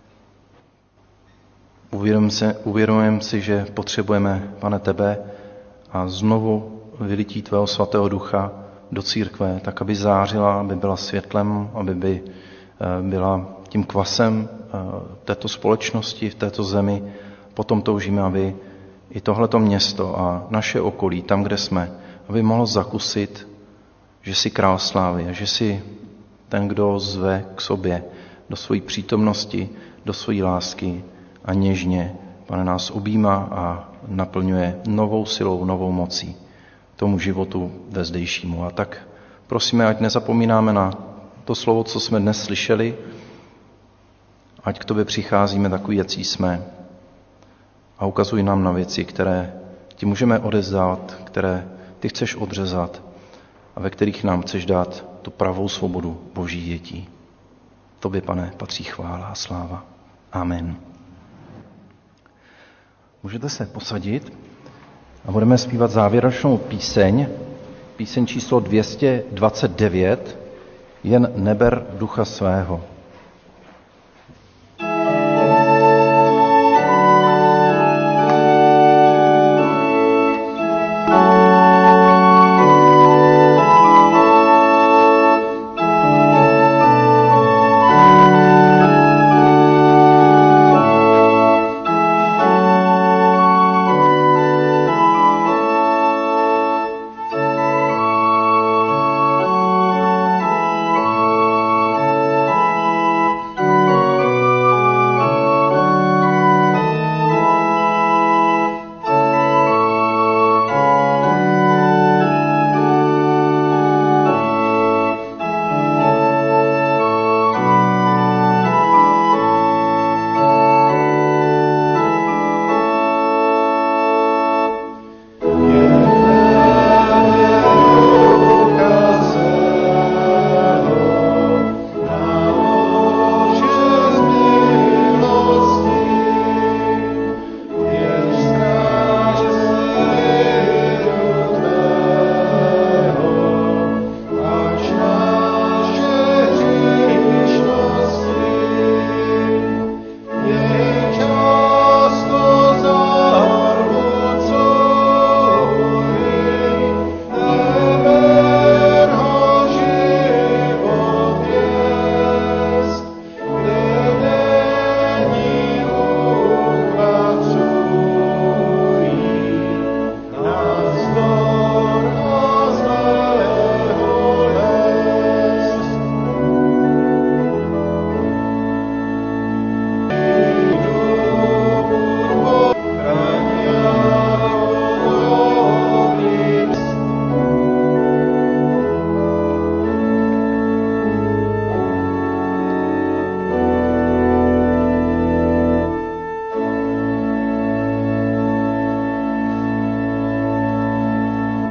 Uvědomujeme si, že potřebujeme, Pane, tebe a znovu vylití tvého Svatého Ducha do církve, tak aby zářila, aby byla světlem, aby byla tím kvasem této společnosti, v této zemi. Potom toužíme, aby i tohleto město a naše okolí, tam, kde jsme, aby mohlo zakusit, že jsi král slávy a že jsi ten, kdo zve k sobě do své přítomnosti, do své lásky a něžně, Pane, nás objímá a naplňuje novou silou, novou mocí tomu životu ve zdejšímu. A tak prosíme, ať nezapomínáme na to slovo, co jsme dnes slyšeli, ať k tobě přicházíme takový, jací jsme, a ukazuj nám na věci, které ti můžeme odevzdat, které ty chceš odřezat a ve kterých nám chceš dát tu pravou svobodu Boží dětí. Tobě, Pane, patří chvála a sláva. Amen. Můžete se posadit a budeme zpívat závěrečnou píseň číslo 229, Jen neber ducha svého.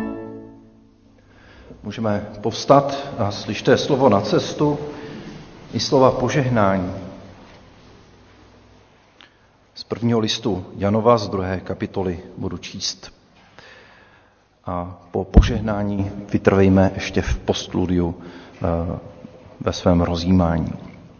Můžeme povstat a slyšte slovo na cestu. i slova požehnání z prvního listu Janova z 2. kapitoly budu číst. A po požehnání vytrvejme ještě v postludiu ve svém rozjímání.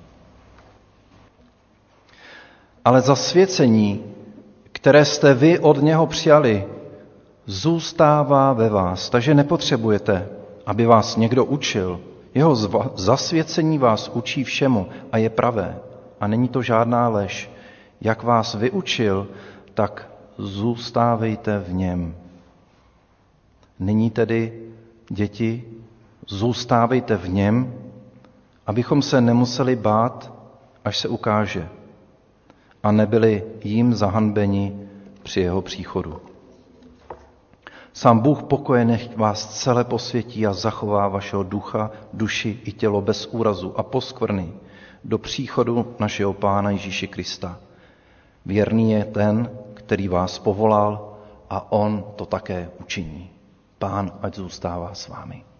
Ale zasvěcení, které jste vy od něho přijali, zůstává ve vás. Takže nepotřebujete, aby vás někdo učil. Jeho zasvěcení vás učí všemu a je pravé. A není to žádná lež. Jak vás vyučil, tak zůstávejte v něm. Nyní tedy, děti, zůstávejte v něm, abychom se nemuseli bát, až se ukáže, a nebyli jím zahanbeni při jeho příchodu. Sám Bůh pokoje nech vás celé posvětí a zachová vašeho ducha, duši i tělo bez úrazu a poskvrny do příchodu našeho Pána Ježíše Krista. Věrný je ten, který vás povolal, a on to také učiní. Pán ať zůstává s vámi.